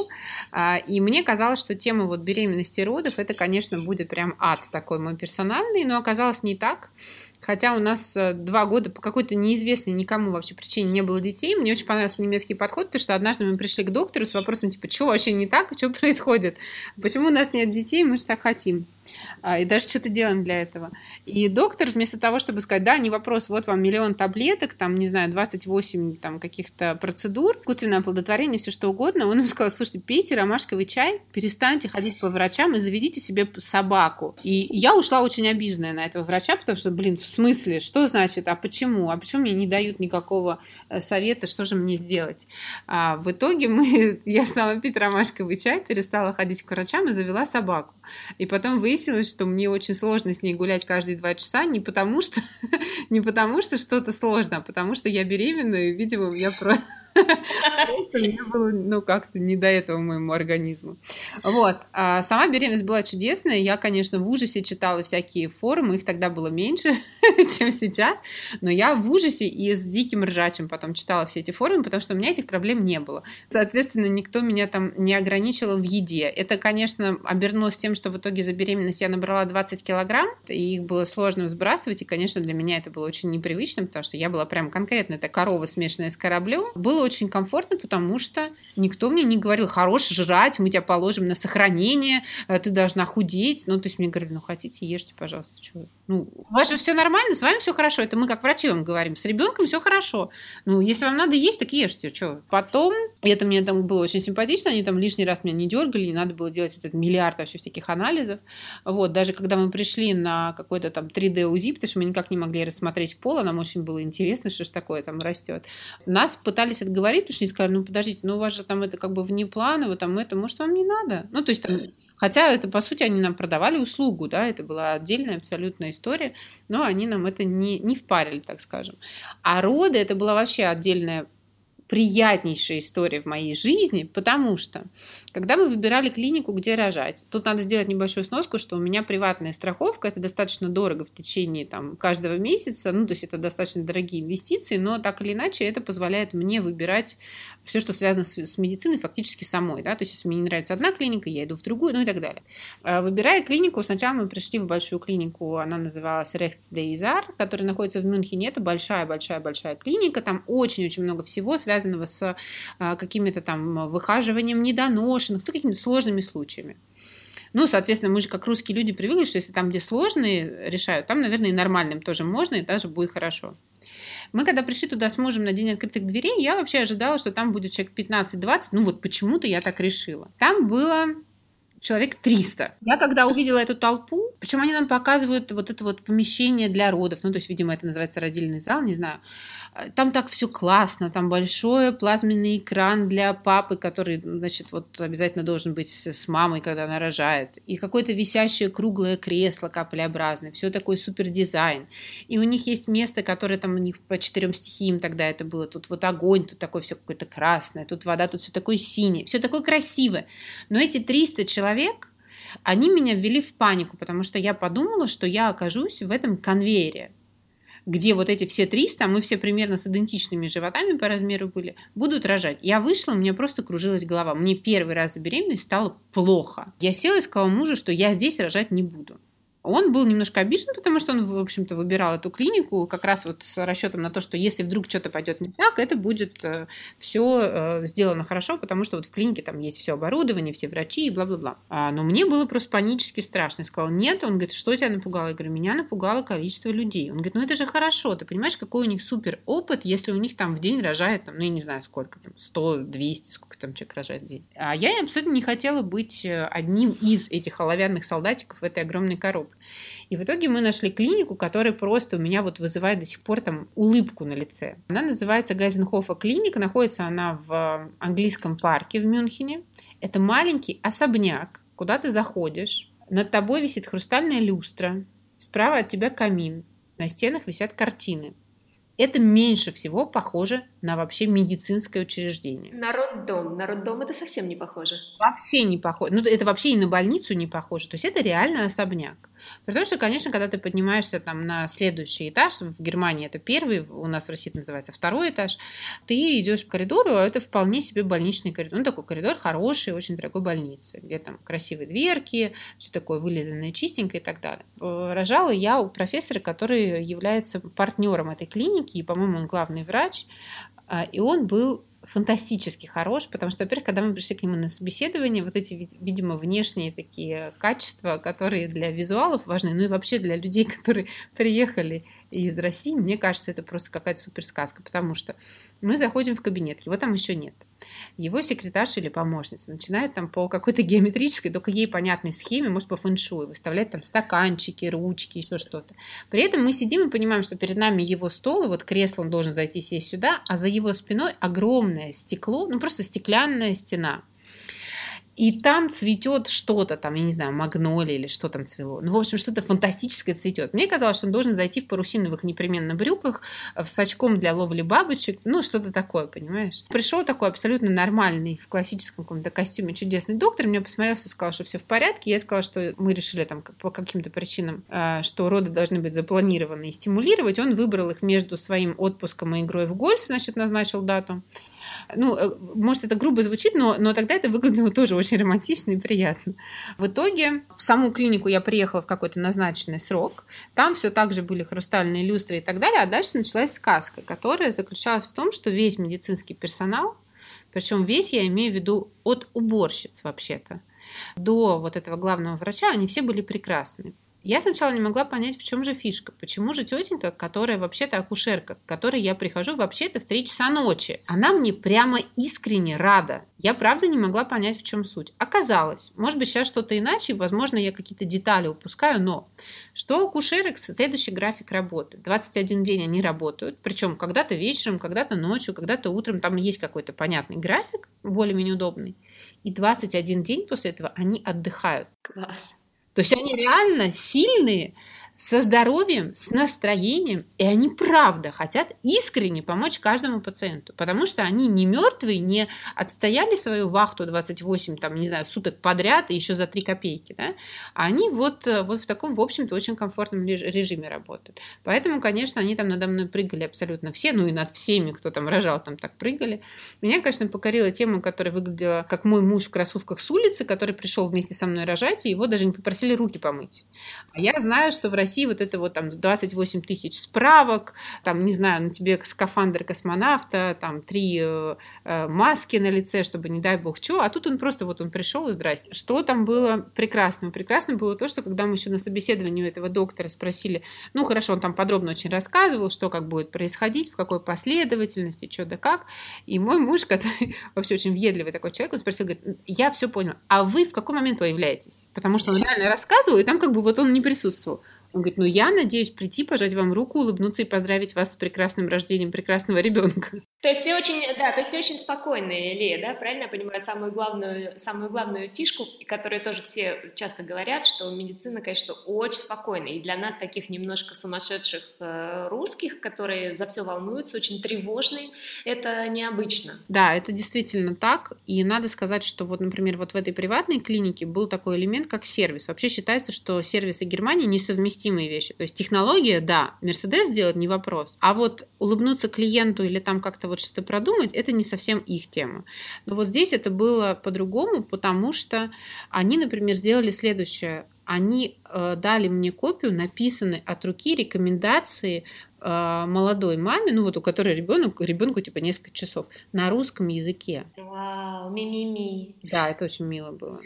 И мне казалось, что тема вот беременности и родов, это, конечно, будет прям ад такой мой персональный, но оказалось не так. Хотя у нас два года по какой-то неизвестной никому вообще причине не было детей. Мне очень понравился немецкий подход, потому что однажды мы пришли к доктору с вопросом, типа, что вообще не так, что происходит? Почему у нас нет детей, мы же так хотим. И даже что-то делаем для этого. И доктор вместо того, чтобы сказать, да, не вопрос, вот вам миллион таблеток, там, не знаю, двадцать восемь там, каких-то процедур, искусственное оплодотворение, все что угодно, он им сказал, слушайте, пейте ромашковый чай, перестаньте ходить по врачам и заведите себе собаку. И я ушла очень обиженная на этого врача, потому что, блин, в смысле, что значит, а почему? А почему мне не дают никакого совета, что же мне сделать? А в итоге мы, я стала пить ромашковый чай, перестала ходить к врачам и завела собаку. И потом выяснилось, что мне очень сложно с ней гулять каждые два часа, не потому что, не потому что что-то сложно, а потому что я беременна, и, видимо, у меня просто... Просто мне было, ну, как-то не до этого моему организму. Вот. А сама беременность была чудесная. Я, конечно, в ужасе читала всякие форумы. Их тогда было меньше, чем сейчас. Но я в ужасе и с диким ржачем потом читала все эти форумы, потому что у меня этих проблем не было. Соответственно, никто меня там не ограничивал в еде. Это, конечно, обернулось тем, что в итоге за беременность я набрала двадцать килограмм, и их было сложно сбрасывать. И, конечно, для меня это было очень непривычно, потому что я была прям конкретно эта корова, смешанная с кораблем. Было очень комфортно, потому что никто мне не говорил, хорош жрать, мы тебя положим на сохранение, ты должна худеть. Ну, то есть мне говорили, ну, хотите, ешьте, пожалуйста. Что? Ну, у вас же все нормально, с вами все хорошо. Это мы как врачи вам говорим. С ребенком все хорошо. Ну, если вам надо есть, так ешьте. Что? Потом, и это мне там было очень симпатично, они там лишний раз меня не дергали, не надо было делать этот миллиард вообще всяких анализов. Вот, даже когда мы пришли на какой-то там три дэ УЗИ, потому что мы никак не могли рассмотреть пол, а нам очень было интересно, что ж такое там растет. Нас пытались отговорить, потому что они сказали, ну, подождите, ну, у вас же там это как бы внепланово, там это, может, вам не надо? Ну, то есть там... Хотя это, по сути, они нам продавали услугу, да, это была отдельная абсолютная история, но они нам это не, не впарили, так скажем. А роды, это была вообще отдельная приятнейшая история в моей жизни, потому что, когда мы выбирали клинику, где рожать, тут надо сделать небольшую сноску, что у меня приватная страховка, это достаточно дорого в течение там, каждого месяца, ну, то есть это достаточно дорогие инвестиции, но так или иначе это позволяет мне выбирать все, что связано с, с медициной, фактически самой, да, то есть если мне не нравится одна клиника, я иду в другую, ну и так далее. Выбирая клинику, сначала мы пришли в большую клинику, она называлась Rechtsdeizar, которая находится в Мюнхене, это большая-большая-большая клиника, там очень-очень много всего, связано связанного с а, какими-то там выхаживанием недоношенных, ну, какими-то сложными случаями. Ну, соответственно, мы же как русские люди привыкли, что если там, где сложные решают, там, наверное, и нормальным тоже можно, и даже будет хорошо. Мы, когда пришли туда с мужем на день открытых дверей, я вообще ожидала, что там будет человек пятнадцать-двадцать, ну, вот почему-то я так решила. Там было... человек триста. Я когда увидела эту толпу, причем они нам показывают вот это вот помещение для родов, ну, то есть, видимо, это называется родильный зал, не знаю. Там так все классно, там большой плазменный экран для папы, который, значит, вот обязательно должен быть с мамой, когда она рожает, и какое-то висящее круглое кресло каплеобразное, все такой супер дизайн. И у них есть место, которое там у них по четырем стихиям тогда это было, тут вот огонь, тут такое все какое-то красное, тут вода, тут все такое синее, все такое красивое. Но эти триста человек, они меня ввели в панику, потому что я подумала, что я окажусь в этом конвейере, где вот эти все триста, мы все примерно с идентичными животами по размеру были, будут рожать. Я вышла, у меня просто кружилась голова. Мне первый раз за беременность стало плохо. Я села и сказала мужу, что я здесь рожать не буду. Он был немножко обижен, потому что он, в общем-то, выбирал эту клинику как раз вот с расчетом на то, что если вдруг что-то пойдет не так, это будет все сделано хорошо, потому что вот в клинике там есть все оборудование, все врачи и бла-бла-бла. Но мне было просто панически страшно. Я сказала, нет. Он говорит, что тебя напугало? Я говорю, меня напугало количество людей. Он говорит, ну это же хорошо. Ты понимаешь, какой у них супер опыт, если у них там в день рожает, там, ну я не знаю сколько, там, сто, двести, сколько там человек рожает в день. А я абсолютно не хотела быть одним из этих оловянных солдатиков в этой огромной коробке. И в итоге мы нашли клинику, которая просто у меня вот вызывает до сих пор там улыбку на лице. Она называется Гайзенхофер клиника, находится она в английском парке в Мюнхене. Это маленький особняк, куда ты заходишь, над тобой висит хрустальная люстра, справа от тебя камин, на стенах висят картины. Это меньше всего похоже на вообще медицинское учреждение. На роддом. На роддом это совсем не похоже. Вообще не похоже. Ну, это вообще и на больницу не похоже. То есть это реально особняк. Потому что, конечно, когда ты поднимаешься там на следующий этаж, в Германии это первый, у нас в России это называется второй этаж, ты идешь по коридору, а это вполне себе больничный коридор. Ну, такой коридор хороший, очень дорогой больницы, где там красивые дверки, все такое вылизанное, чистенькое и так далее. Рожала я у профессора, который является партнером этой клиники, и, по-моему, он главный врач, и он был фантастически хорош, потому что, во-первых, когда мы пришли к нему на собеседование, вот эти, видимо, внешние такие качества, которые для визуалов важны, ну и вообще для людей, которые приехали из России, мне кажется, это просто какая-то суперсказка, потому что мы заходим в кабинет, его там еще нет. Его секретарша или помощница начинает там по какой-то геометрической, только ей понятной схеме, может, по фэншую, выставлять там стаканчики, ручки, еще что-то. При этом мы сидим и понимаем, что перед нами его стол, и вот кресло, он должен зайти сесть сюда, а за его спиной огромное стекло, ну просто стеклянная стена. И там цветет что-то, там, я не знаю, магнолия или что там цвело. Ну, в общем, что-то фантастическое цветет. Мне казалось, что он должен зайти в парусиновых непременно брюках, с очком для ловли бабочек, ну, что-то такое, понимаешь? Пришел такой абсолютно нормальный в классическом каком-то костюме чудесный доктор, меня посмотрел, сказал, что все в порядке. Я сказала, что мы решили там по каким-то причинам, что роды должны быть запланированы и стимулировать. Он выбрал их между своим отпуском и игрой в гольф, значит, назначил дату. Ну, может, это грубо звучит, но, но тогда это выглядело тоже очень романтично и приятно. В итоге в саму клинику я приехала в какой-то назначенный срок. Там все так же были хрустальные люстры и так далее. А дальше началась сказка, которая заключалась в том, что весь медицинский персонал, причем весь, я имею в виду от уборщиц вообще-то, до вот этого главного врача, они все были прекрасны. Я сначала не могла понять, в чем же фишка. Почему же тетенька, которая вообще-то акушерка, к которой я прихожу вообще-то в три часа ночи, она мне прямо искренне рада. Я правда не могла понять, в чем суть. Оказалось, может быть, сейчас что-то иначе, возможно, я какие-то детали упускаю, но что у акушерок следующий график работы. двадцать один день они работают, причем когда-то вечером, когда-то ночью, когда-то утром, там есть какой-то понятный график, более-менее удобный, и двадцать один день после этого они отдыхают. Класс. То есть они реально сильные, со здоровьем, с настроением, и они правда хотят искренне помочь каждому пациенту, потому что они не мертвые, не отстояли свою вахту двадцать восемь, там, не знаю, суток подряд и еще за три копейки, да? А они вот, вот в таком, в общем-то, очень комфортном режиме работают. Поэтому, конечно, они там надо мной прыгали абсолютно все, ну и над всеми, кто там рожал, там так прыгали. Меня, конечно, покорила тема, которая выглядела как мой муж в кроссовках с улицы, который пришел вместе со мной рожать, и его даже не попросили руки помыть. А я знаю, что в России вот это вот там двадцать восемь тысяч справок, там, не знаю, на тебе скафандр космонавта, там три э, маски на лице, чтобы не дай бог что, а тут он просто вот он пришел и здрасте. Что там было прекрасного? Прекрасно было то, что когда мы еще на собеседовании у этого доктора спросили, ну хорошо, он там подробно очень рассказывал, что как будет происходить, в какой последовательности, что да как, и мой муж, который вообще очень въедливый такой человек, он спросил, говорит, я все понял, а вы в какой момент появляетесь? Потому что он реально рассказывал, и там как бы вот он не присутствовал. Он говорит, ну я надеюсь прийти, пожать вам руку, улыбнуться и поздравить вас с прекрасным рождением прекрасного ребенка. То есть все очень, да, то есть все очень спокойные, Лея, да, правильно я понимаю, самую главную, самую главную фишку, которую тоже все часто говорят, что медицина, конечно, очень спокойная, и для нас таких немножко сумасшедших э, русских, которые за все волнуются, очень тревожные, это необычно. Да, это действительно так, и надо сказать, что вот, например, вот в этой приватной клинике был такой элемент, как сервис. Вообще считается, что сервис и Германия несовместимые вещи, то есть технология, да, Мерседес делать не вопрос, а вот улыбнуться клиенту или там как-то вот что-то продумать, это не совсем их тема. Но вот здесь это было по-другому, потому что они, например, сделали следующее. они э, дали мне копию, написанной от руки рекомендации э, молодой маме, ну вот у которой ребенок, ребенку типа несколько часов, на русском языке. Вау, мимими. Да, это очень мило было.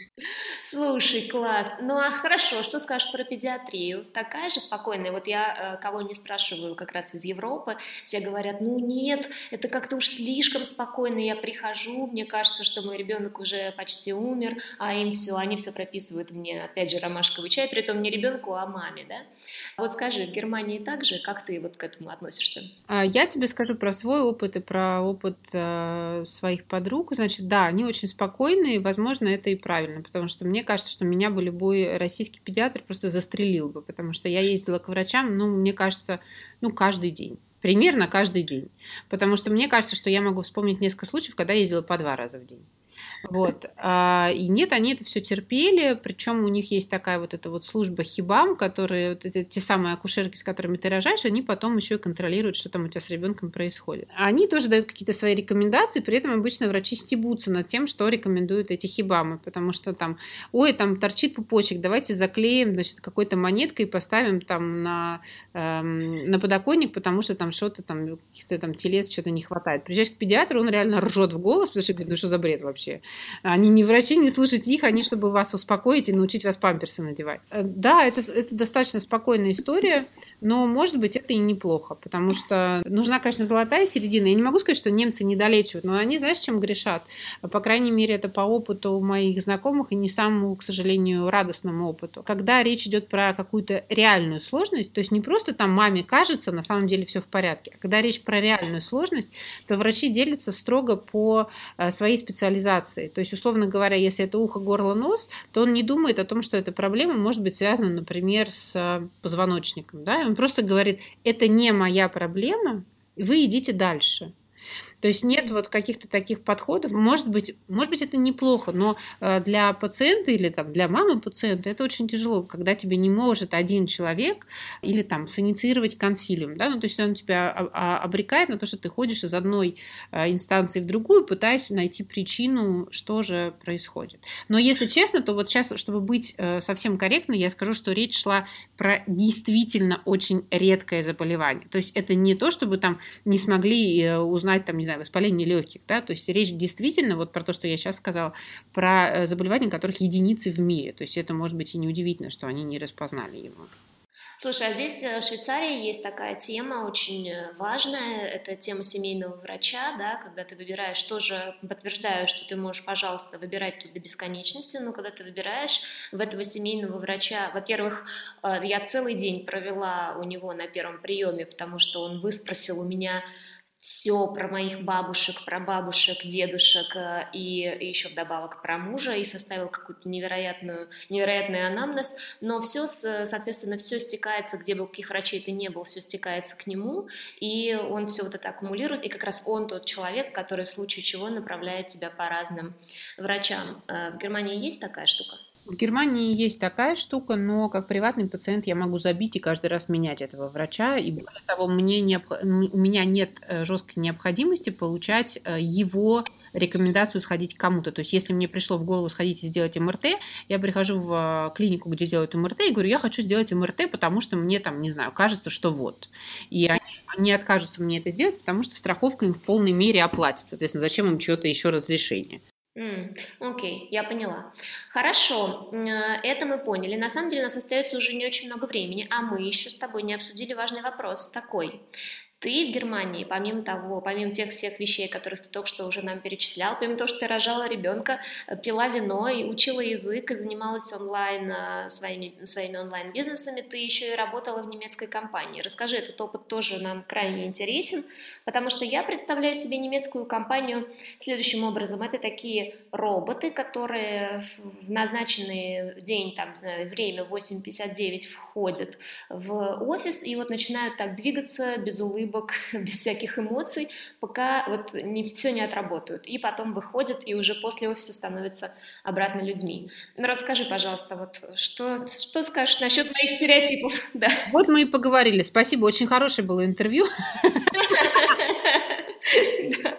Слушай, класс. Ну а хорошо, что скажешь про педиатрию? Такая же спокойная? Вот я э, кого не спрашиваю как раз из Европы, все говорят, ну нет, это как-то уж слишком спокойно. Я прихожу, мне кажется, что мой ребенок уже почти умер, а им все, они все прописывают мне, опять же, ромашковый чай, при этом не ребенку, а маме, да? Вот скажи, в Германии так же? Как ты вот к этому относишься? Я тебе скажу про свой опыт и про опыт э, своих подруг. Значит, да, они очень спокойные, возможно, это и правильно, потому что мне кажется, что меня бы любой российский педиатр просто застрелил бы, потому что я ездила к врачам, ну, мне кажется, ну, каждый день. Примерно каждый день. Потому что мне кажется, что я могу вспомнить несколько случаев, когда я ездила по два раза в день. Вот. И нет, они это все терпели, причем у них есть такая вот эта вот служба хибам, которые, вот эти, те самые акушерки, с которыми ты рожаешь, они потом еще и контролируют, что там у тебя с ребенком происходит. Они тоже дают какие-то свои рекомендации, при этом обычно врачи стебутся над тем, что рекомендуют эти хибамы, потому что там, ой, там торчит пупочек, давайте заклеим, значит, какой-то монеткой и поставим там на, эм, на подоконник, потому что там что-то там, каких-то там телец что-то не хватает. Приезжаешь к педиатру, он реально ржет в голос, потому что говорит, ну что за бред вообще? Они не врачи, не слушайте их, они, чтобы вас успокоить и научить вас памперсы надевать. Да, это, это достаточно спокойная история, но, может быть, это и неплохо, потому что нужна, конечно, золотая середина. Я не могу сказать, что немцы не долечивают, но они, знаешь, чем грешат? По крайней мере, это по опыту моих знакомых и не самому, к сожалению, радостному опыту. Когда речь идет про какую-то реальную сложность, то есть не просто там маме кажется, на самом деле все в порядке, а когда речь про реальную сложность, то врачи делятся строго по своей специализации. То есть, условно говоря, если это ухо, горло, нос, то он не думает о том, что эта проблема может быть связана, например, с позвоночником. Да? Он просто говорит, это не моя проблема, вы идите дальше. То есть нет вот каких-то таких подходов. Может быть, может быть, это неплохо, но для пациента или там, для мамы пациента это очень тяжело, когда тебе не может один человек или там синициировать консилиум. Да? Ну, то есть он тебя обрекает на то, что ты ходишь из одной инстанции в другую, пытаясь найти причину, что же происходит. Но если честно, то вот сейчас, чтобы быть совсем корректной, я скажу, что речь шла про действительно очень редкое заболевание. То есть это не то, чтобы там не смогли узнать там, не знаю, воспаление легких, да, то есть речь действительно, вот про то, что я сейчас сказала, про заболевания, которых единицы в мире, то есть это может быть и неудивительно, что они не распознали его. Слушай, а здесь в Швейцарии есть такая тема очень важная, это тема семейного врача, да, когда ты выбираешь, тоже подтверждаю, что ты можешь, пожалуйста, выбирать тут до бесконечности, но когда ты выбираешь в этого семейного врача, во-первых, я целый день провела у него на первом приеме, потому что он выспросил у меня все про моих бабушек, про бабушек, дедушек и, и еще вдобавок про мужа, и составил какую-то невероятную, невероятный анамнез, но все, соответственно, все стекается, где бы у каких врачей ты не был, все стекается к нему, и он все вот это аккумулирует, и как раз он тот человек, который в случае чего направляет тебя по разным врачам. В Германии есть такая штука? В Германии есть такая штука, но как приватный пациент я могу забить и каждый раз менять этого врача. И более того, мне необ... у меня нет жесткой необходимости получать его рекомендацию сходить к кому-то. То есть если мне пришло в голову сходить и сделать эм эр тэ, я прихожу в клинику, где делают эм эр тэ, и говорю, я хочу сделать эм эр тэ, потому что мне там, не знаю, кажется, что вот. И они не откажутся мне это сделать, потому что страховка им в полной мере оплатит. Соответственно, зачем им чье-то еще разрешение? Окей, okay, я поняла. Хорошо, это мы поняли. На самом деле у нас остается уже не очень много времени, а мы еще с тобой не обсудили важный вопрос такой. Ты в Германии, помимо того, помимо тех всех вещей, которых ты только что уже нам перечислял, помимо того, что ты рожала ребенка, пила вино и учила язык и занималась онлайн своими, своими онлайн-бизнесами, ты еще и работала в немецкой компании. Расскажи, этот опыт тоже нам крайне интересен, потому что я представляю себе немецкую компанию следующим образом. Это такие роботы, которые в назначенный день, там, знаю, время восемь пятьдесят девять входят в офис и вот начинают так двигаться без улыбки, без всяких эмоций, пока вот не, все не отработают. И потом выходят, и уже после офиса становятся обратно людьми. Народ, скажи, пожалуйста, вот что, что скажешь насчет моих стереотипов? Да. Вот мы и поговорили. Спасибо, очень хорошее было интервью.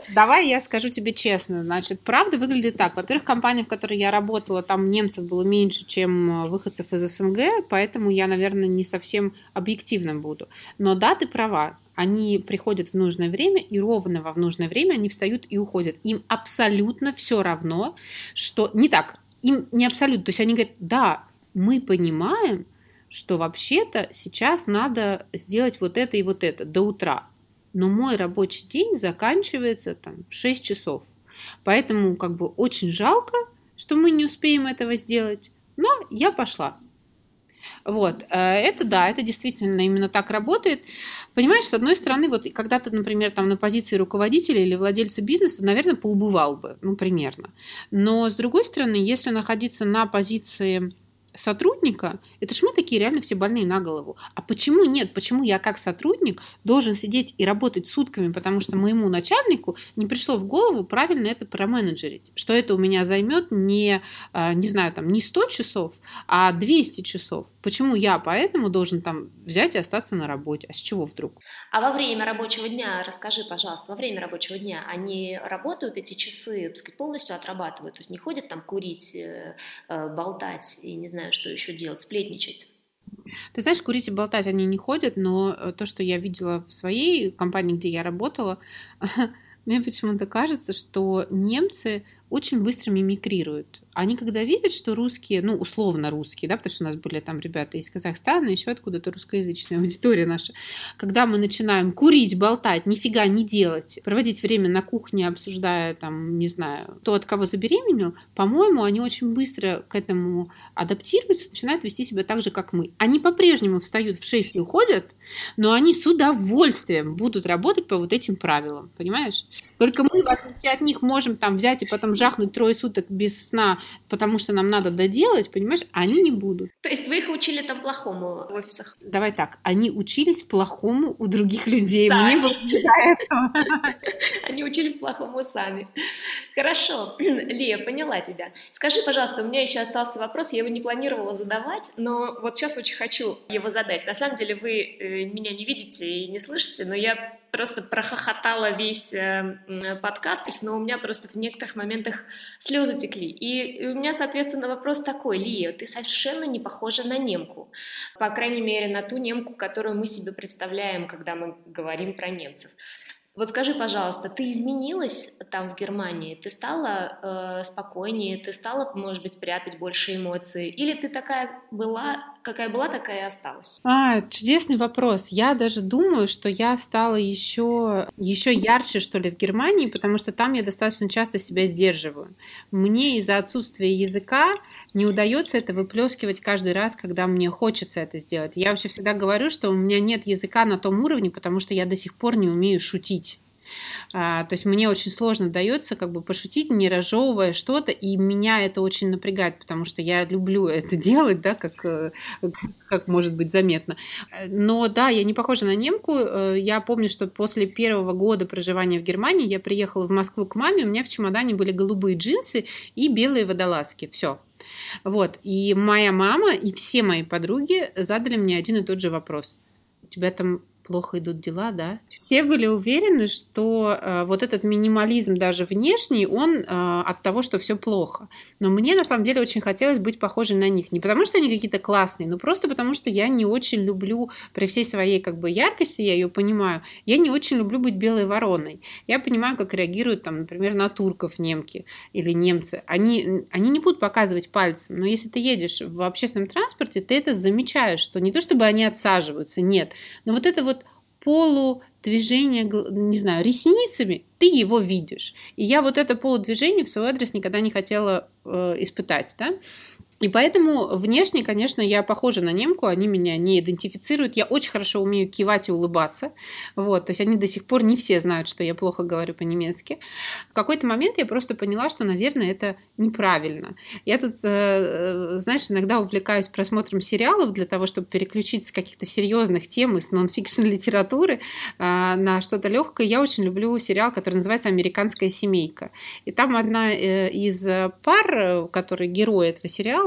Давай я скажу тебе честно. Значит, правда выглядит так. Во-первых, компания, в которой я работала, там немцев было меньше, чем выходцев из СНГ, поэтому я, наверное, не совсем объективным буду. Но да, ты права. Они приходят в нужное время, и ровно во в нужное время они встают и уходят. Им абсолютно все равно, что... Не так, им не абсолютно. То есть они говорят, да, мы понимаем, что вообще-то сейчас надо сделать вот это и вот это до утра. Но мой рабочий день заканчивается там, в шесть часов. Поэтому как бы очень жалко, что мы не успеем этого сделать, но я пошла. Вот, это да, это действительно именно так работает. Понимаешь, с одной стороны, вот когда ты, например, там на позиции руководителя или владельца бизнеса, наверное, поубывал бы, ну, примерно. Но с другой стороны, если находиться на позиции сотрудника, это ж мы такие реально все больные на голову. А почему нет? Почему я как сотрудник должен сидеть и работать сутками, потому что моему начальнику не пришло в голову правильно это променеджерить? Что это у меня займет не, не знаю, там, не сто часов, а двести часов. Почему я поэтому должен там взять и остаться на работе? А с чего вдруг? А во время рабочего дня, расскажи, пожалуйста, во время рабочего дня они работают эти часы, так сказать, полностью отрабатывают? То есть не ходят там курить, болтать и не знаю, что еще делать, сплетничать? Ты знаешь, курить и болтать они не ходят, но то, что я видела в своей компании, где я работала, мне почему-то кажется, что немцы очень быстро мимикрируют. Они когда видят, что русские, ну, условно русские, да, потому что у нас были там ребята из Казахстана, еще откуда-то русскоязычная аудитория наша, когда мы начинаем курить, болтать, нифига не делать, проводить время на кухне, обсуждая там, не знаю, кто от кого забеременел, по-моему, они очень быстро к этому адаптируются, начинают вести себя так же, как мы. Они по-прежнему встают в шесть и уходят, но они с удовольствием будут работать по вот этим правилам, понимаешь? Только мы, в отличие от них, можем там взять и потом жахнуть трое суток без сна, потому что нам надо доделать, понимаешь, они не будут. То есть вы их учили там плохому в офисах? Давай так, они учились плохому у других людей. Да. Мне было не до этого. Они учились плохому сами. Хорошо, Лия, поняла тебя. Скажи, пожалуйста, у меня еще остался вопрос, я его не планировала задавать, но вот сейчас очень хочу его задать. На самом деле вы меня не видите и не слышите, но я просто прохохотала весь э, подкаст, но у меня просто в некоторых моментах слезы текли. И у меня, соответственно, вопрос такой: Лия, ты совершенно не похожа на немку. По крайней мере, на ту немку, которую мы себе представляем, когда мы говорим про немцев. Вот скажи, пожалуйста, ты изменилась там в Германии? Ты стала э, спокойнее? Ты стала, может быть, прятать больше эмоций? Или ты такая была, какая была, такая и осталась? А, чудесный вопрос. Я даже думаю, что я стала еще, еще ярче, что ли, в Германии, потому что там я достаточно часто себя сдерживаю. Мне из-за отсутствия языка не удается это выплескивать каждый раз, когда мне хочется это сделать. Я вообще всегда говорю, что у меня нет языка на том уровне, потому что я до сих пор не умею шутить. А, то есть мне очень сложно дается как бы пошутить, не разжевывая что-то, и меня это очень напрягает, потому что я люблю это делать, да, как, как может быть заметно. Но да, я не похожа на немку. Я помню, что после первого года проживания в Германии я приехала в Москву к маме, у меня в чемодане были голубые джинсы и белые водолазки. Все. Вот. И моя мама и все мои подруги задали мне один и тот же вопрос. У тебя там плохо идут дела, да? Все были уверены, что э, вот этот минимализм даже внешний, он э, от того, что все плохо. Но мне на самом деле очень хотелось быть похожей на них. Не потому, что они какие-то классные, но просто потому, что я не очень люблю, при всей своей как бы яркости, я ее понимаю, я не очень люблю быть белой вороной. Я понимаю, как реагируют там, например, на турков немки или немцы. Они, они не будут показывать пальцем, но если ты едешь в общественном транспорте, ты это замечаешь, что не то, чтобы они отсаживаются, нет, но вот это вот полудвижение, не знаю, ресницами, ты его видишь. И я вот это полудвижение в свой адрес никогда не хотела э, испытать, да. И поэтому внешне, конечно, я похожа на немку, они меня не идентифицируют. Я очень хорошо умею кивать и улыбаться. Вот, то есть они до сих пор не все знают, что я плохо говорю по-немецки. В какой-то момент я просто поняла, что, наверное, это неправильно. Я тут, знаешь, иногда увлекаюсь просмотром сериалов для того, чтобы переключиться с каких-то серьезных тем из нон-фикшн литературы на что-то легкое. Я очень люблю сериал, который называется «Американская семейка». И там одна из пар, которые герои этого сериала,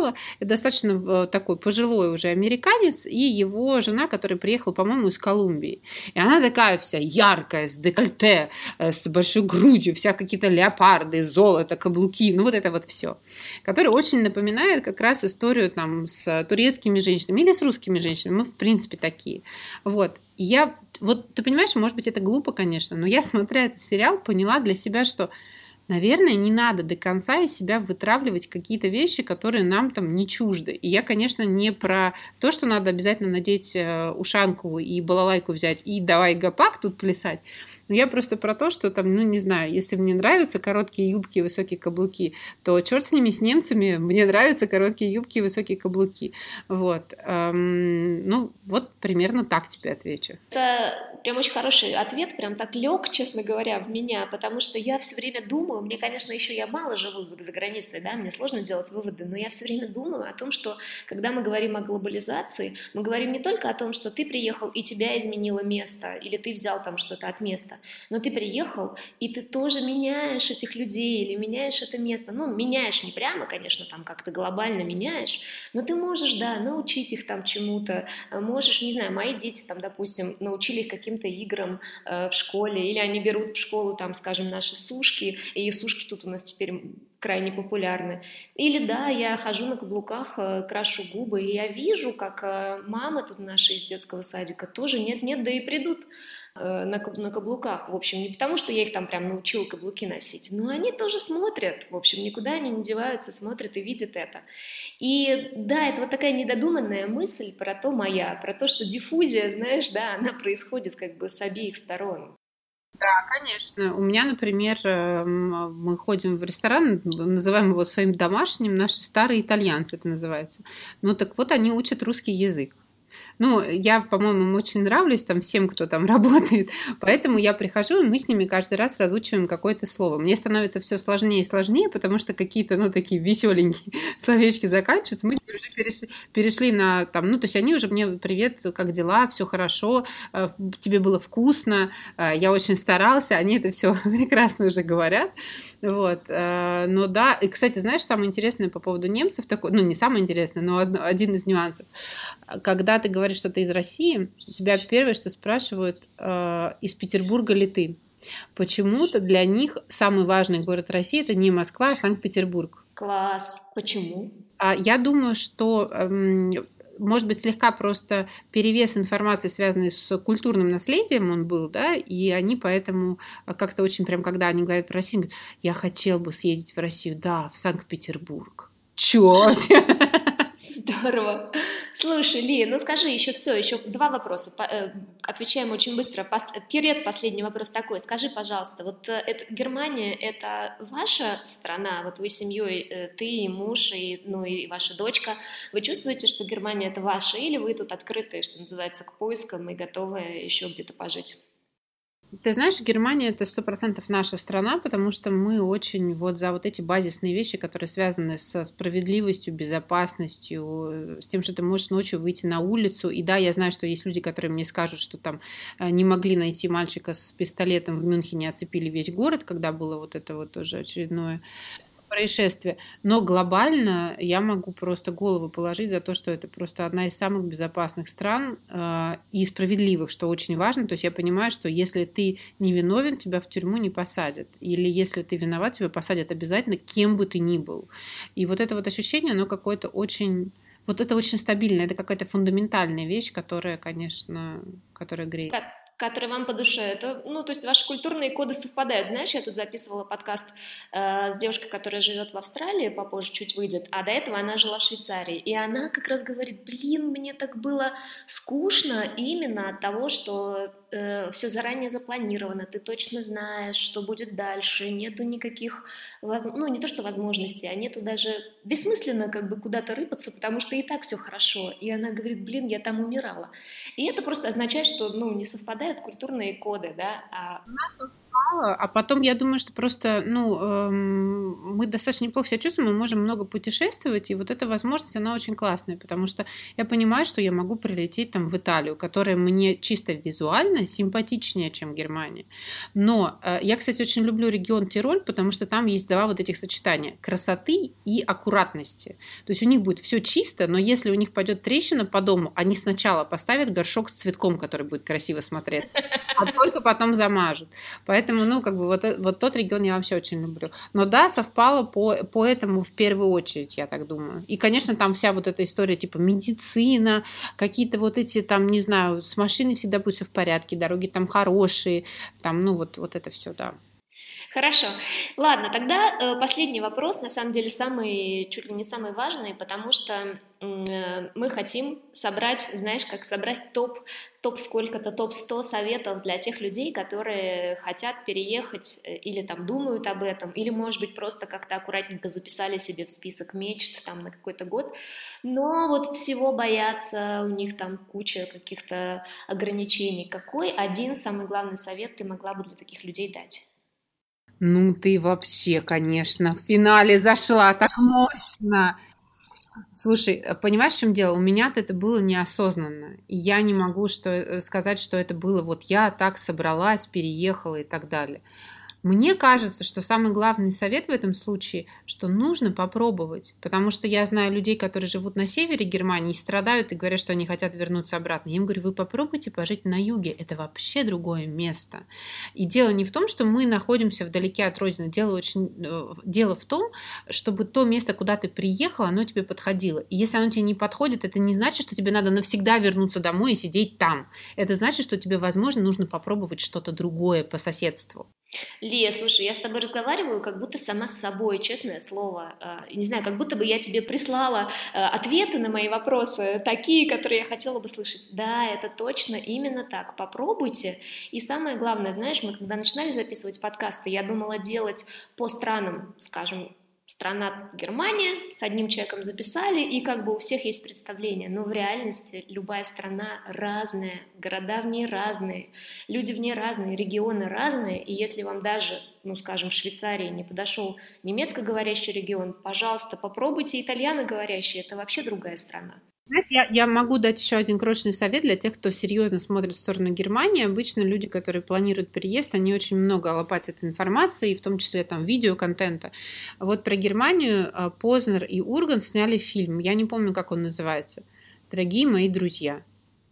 сериала. Это достаточно такой пожилой уже американец и его жена, которая приехала, по-моему, из Колумбии. И она такая вся яркая, с декольте, с большой грудью, вся какие-то леопарды, золото, каблуки, ну вот это вот все. Которая очень напоминает как раз историю там с турецкими женщинами или с русскими женщинами. Мы, в принципе, такие. Вот. И я, вот ты понимаешь, может быть, это глупо, конечно, но я, смотря этот сериал, поняла для себя, что, наверное, не надо до конца из себя вытравливать какие-то вещи, которые нам там не чужды. И я, конечно, не про то, что надо обязательно надеть ушанку и балалайку взять и давай гопак тут плясать. Но я просто про то, что там, ну, не знаю, если мне нравятся короткие юбки и высокие каблуки, то черт с ними, с немцами, мне нравятся короткие юбки и высокие каблуки. Вот. Эм, ну, вот примерно так тебе отвечу. Это прям очень хороший ответ, прям так лег, честно говоря, в меня, потому что я все время думаю, мне, конечно, еще я мало живу за границей, да, мне сложно делать выводы, но я все время думаю о том, что когда мы говорим о глобализации, мы говорим не только о том, что ты приехал и тебя изменило место, или ты взял там что-то от места, но ты приехал, и ты тоже меняешь этих людей или меняешь это место. Ну, меняешь не прямо, конечно, там как-то глобально меняешь, но ты можешь, да, научить их там чему-то, можешь, не знаю, мои дети там, допустим, научили их каким-то играм э, в школе, или они берут в школу, там, скажем, наши сушки, и сушки тут у нас теперь крайне популярны. Или, да, я хожу на каблуках, крашу губы, и я вижу, как мамы тут наши из детского садика тоже нет-нет, да и придут на, на каблуках, в общем, не потому, что я их там прям научила каблуки носить, но они тоже смотрят, в общем, никуда они не деваются, смотрят и видят это. И да, это вот такая недодуманная мысль про то моя, про то, что диффузия, знаешь, да, она происходит как бы с обеих сторон. Да, конечно. У меня, например, мы ходим в ресторан, называем его своим домашним, наши старые итальянцы это называется. Ну так вот, они учат русский язык. Ну, я, по-моему, им очень нравлюсь там всем, кто там работает, поэтому я прихожу, и мы с ними каждый раз разучиваем какое-то слово. Мне становится все сложнее и сложнее, потому что какие-то, ну, такие веселенькие словечки заканчиваются. Мы уже перешли, перешли на там, ну, то есть они уже мне: привет, как дела, все хорошо, тебе было вкусно, я очень старался, они это все прекрасно уже говорят. Вот, но да, и, кстати, знаешь, самое интересное по поводу немцев, такой, ну, не самое интересное, но один из нюансов. Когда ты говоришь, что ты из России, тебя первое, что спрашивают, из Петербурга ли ты. Почему-то для них самый важный город России — это не Москва, а Санкт-Петербург. Класс. Почему? Я думаю, что, может быть, слегка просто перевес информации, связанной с культурным наследием, он был, да, и они поэтому как-то очень прям, когда они говорят про Россию, говорят: я хотел бы съездить в Россию, да, в Санкт-Петербург. Чё? Здорово. Слушай, Ли, ну скажи еще все, еще два вопроса. Отвечаем очень быстро. Перед последний вопрос такой. Скажи, пожалуйста, вот это, Германия — это ваша страна? Вот вы с семьей, ты и муж, и, ну, и ваша дочка. Вы чувствуете, что Германия — это ваша, или вы тут открытые, что называется, к поискам и готовы еще где-то пожить? Ты знаешь, Германия — это сто процентов наша страна, потому что мы очень вот за вот эти базисные вещи, которые связаны со справедливостью, безопасностью, с тем, что ты можешь ночью выйти на улицу. И да, я знаю, что есть люди, которые мне скажут, что там не могли найти мальчика с пистолетом в Мюнхене, оцепили весь город, когда было вот это вот тоже очередное происшествие. Но глобально я могу просто голову положить за то, что это просто одна из самых безопасных стран э, и справедливых, что очень важно. То есть я понимаю, что если ты не виновен, тебя в тюрьму не посадят. Или если ты виноват, тебя посадят обязательно, кем бы ты ни был. И вот это вот ощущение, оно какое-то очень... Вот это очень стабильно. Это какая-то фундаментальная вещь, которая, конечно, которая греет. Которые вам по душе. Это, ну, то есть ваши культурные коды совпадают. Знаешь, я тут записывала подкаст э, с девушкой, которая живет в Австралии, попозже чуть выйдет, а до этого она жила в Швейцарии. И она как раз говорит: блин, мне так было скучно именно от того, что э, все заранее запланировано, ты точно знаешь, что будет дальше, нету никаких, воз... ну, не то что возможностей, а нету даже бессмысленно как бы куда-то рыпаться, потому что и так все хорошо. И она говорит: блин, я там умирала. И это просто означает, что, ну, не совпадают культурные коды, да. А... У нас совпало, а потом я думаю, что просто, ну, эм, мы достаточно неплохо себя чувствуем, мы можем много путешествовать, и вот эта возможность, она очень классная, потому что я понимаю, что я могу прилететь там в Италию, которая мне чисто визуально Тоскана симпатичнее, чем Германия. Но э, я, кстати, очень люблю регион Тироль, потому что там есть два вот этих сочетания красоты и аккуратности. То есть у них будет все чисто, но если у них пойдет трещина по дому, они сначала поставят горшок с цветком, который будет красиво смотреться, а только потом замажут. Поэтому, ну, как бы вот, вот тот регион я вообще очень люблю. Но да, совпало по, по этому в первую очередь, я так думаю. И, конечно, там вся вот эта история типа медицина, какие-то вот эти там, не знаю, с машиной всегда будет все в порядке, дороги там хорошие, там, ну, вот, вот это все, да. Хорошо. Ладно, тогда э, последний вопрос, на самом деле самый, чуть ли не самый важный, потому что э, мы хотим собрать, знаешь, как собрать топ, топ сколько-то, топ сто советов для тех людей, которые хотят переехать э, или там думают об этом, или, может быть, просто как-то аккуратненько записали себе в список мечт там на какой-то год, но вот всего боятся, у них там куча каких-то ограничений. Какой один самый главный совет ты могла бы для таких людей дать? Ну, ты вообще, конечно, в финале зашла так мощно. Слушай, понимаешь, в чем дело? У меня-то это было неосознанно. И я не могу что, сказать, что это было вот я так собралась, переехала и так далее. Мне кажется, что самый главный совет в этом случае, что нужно попробовать, потому что я знаю людей, которые живут на севере Германии и страдают и говорят, что они хотят вернуться обратно. Я им говорю, вы попробуйте пожить на юге, это вообще другое место. И дело не в том, что мы находимся вдалеке от родины, дело, очень... дело в том, чтобы то место, куда ты приехала, оно тебе подходило. И если оно тебе не подходит, это не значит, что тебе надо навсегда вернуться домой и сидеть там. Это значит, что тебе, возможно, нужно попробовать что-то другое по соседству. Лия, слушай, я с тобой разговариваю как будто сама с собой, честное слово. Не знаю, как будто бы я тебе прислала ответы на мои вопросы, такие, которые я хотела бы слышать. Да, это точно именно так. Попробуйте. И самое главное, знаешь, мы когда начинали записывать подкасты, я думала делать по странам, скажем, страна Германия, с одним человеком записали, и как бы у всех есть представление, но в реальности любая страна разная, города в ней разные, люди в ней разные, регионы разные, и если вам даже, ну, скажем, в Швейцарии не подошел немецкоговорящий регион, пожалуйста, попробуйте итальяноговорящий, это вообще другая страна. Знаешь, я, я могу дать еще один крошечный совет для тех, кто серьезно смотрит в сторону Германии. Обычно люди, которые планируют переезд, они очень много лопатят информации, в том числе там видеоконтента. Вот про Германию Познер и Ургант сняли фильм. Я не помню, как он называется. «Дорогие мои друзья,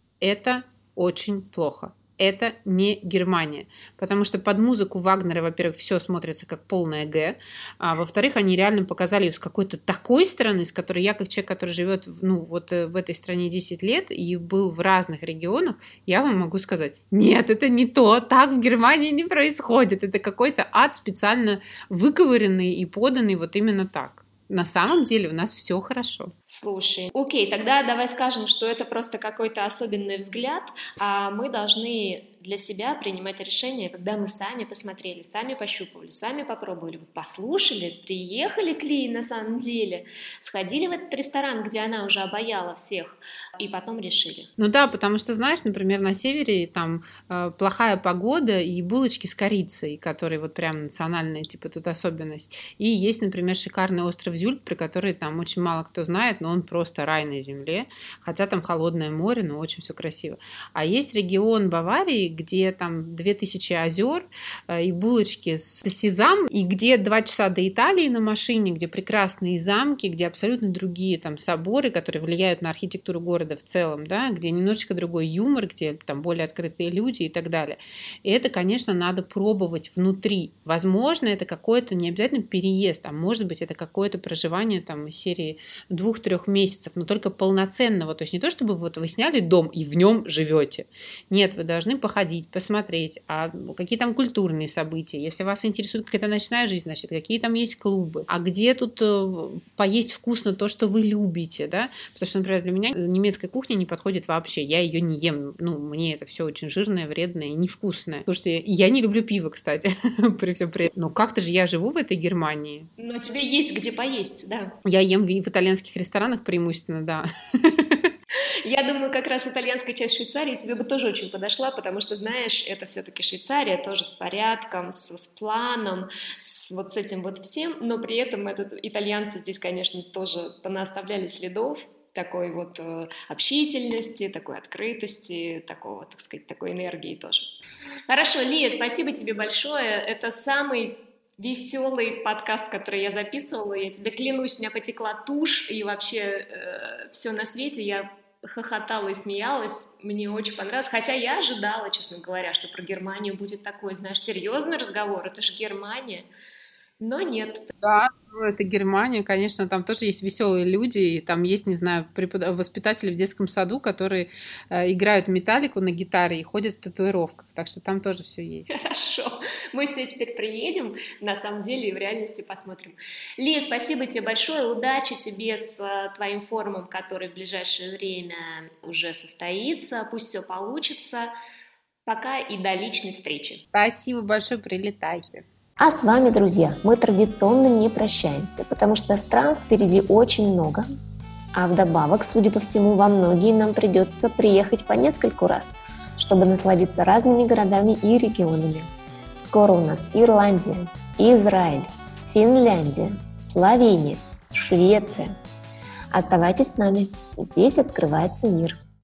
это очень плохо». Это не Германия, потому что под музыку Вагнера, во-первых, все смотрится как полное Г, а во-вторых, они реально показали ее с какой-то такой стороны, с которой я, как человек, который живет ну, вот в этой стране десять лет и был в разных регионах, я вам могу сказать, нет, это не то, так в Германии не происходит, это какой-то ад специально выковыренный и поданный вот именно так. На самом деле у нас все хорошо. Слушай, окей, тогда давай скажем, что это просто какой-то особенный взгляд, а мы должны для себя принимать решение, когда мы сами посмотрели, сами пощупывали, сами попробовали, вот послушали, приехали к Лии на самом деле, сходили в этот ресторан, где она уже обаяла всех, и потом решили. Ну да, потому что, знаешь, например, на севере там э, плохая погода и булочки с корицей, которые вот прям национальная, типа, тут особенность. И есть, например, шикарный остров Зюльт, про который там очень мало кто знает, но он просто рай на земле, хотя там холодное море, но очень все красиво. А есть регион Баварии, где там две тысячи озер и булочки с сезам, и где два часа до Италии на машине, где прекрасные замки, где абсолютно другие там соборы, которые влияют на архитектуру города в целом, да, где немножечко другой юмор, где там более открытые люди и так далее. И это, конечно, надо пробовать внутри. Возможно, это какой-то не обязательно переезд, а может быть, это какое-то проживание там из серии двух-трех месяцев, но только полноценного. То есть не то, чтобы вот вы сняли дом и в нем живете. Нет, вы должны походить, посмотреть, а какие там культурные события. Если вас интересует какая-то ночная жизнь, значит, какие там есть клубы, а где тут поесть вкусно то, что вы любите, да? Потому что, например, для меня немецкая кухня не подходит вообще. Я ее не ем. Ну, мне это все очень жирное, вредное и невкусное. Слушайте, я не люблю пиво, кстати, при всем при этом. Но как-то же я живу в этой Германии. Но тебе есть где поесть, да. Я ем в итальянских ресторанах преимущественно, да. Я думаю, как раз итальянская часть Швейцарии тебе бы тоже очень подошла, потому что, знаешь, это все-таки Швейцария, тоже с порядком, с, с планом, с вот с этим вот всем, но при этом этот, итальянцы здесь, конечно, тоже понаоставляли следов, такой вот э, общительности, такой открытости, такого, так сказать, такой энергии тоже. Хорошо, Лия, спасибо тебе большое. Это самый веселый подкаст, который я записывала. Я тебе клянусь, у меня потекла тушь, и вообще э, все на свете. Я хохотала и смеялась. Мне очень понравилось. Хотя я ожидала, честно говоря, что про Германию будет такой, знаешь, серьезный разговор. Это же Германия. Но нет. Да, это Германия, конечно, там тоже есть веселые люди, и там есть, не знаю, препод... воспитатели в детском саду, которые э, играют металлику на гитаре и ходят в татуировках, так что там тоже все есть. Хорошо, мы все теперь приедем, на самом деле, и в реальности посмотрим. Лия, спасибо тебе большое, удачи тебе с твоим форумом, который в ближайшее время уже состоится, пусть все получится. Пока и до личной встречи. Спасибо большое, прилетайте. А с вами, друзья, мы традиционно не прощаемся, потому что стран впереди очень много. А вдобавок, судя по всему, во многие нам придется приехать по нескольку раз, чтобы насладиться разными городами и регионами. Скоро у нас Ирландия, Израиль, Финляндия, Словения, Швеция. Оставайтесь с нами, здесь открывается мир.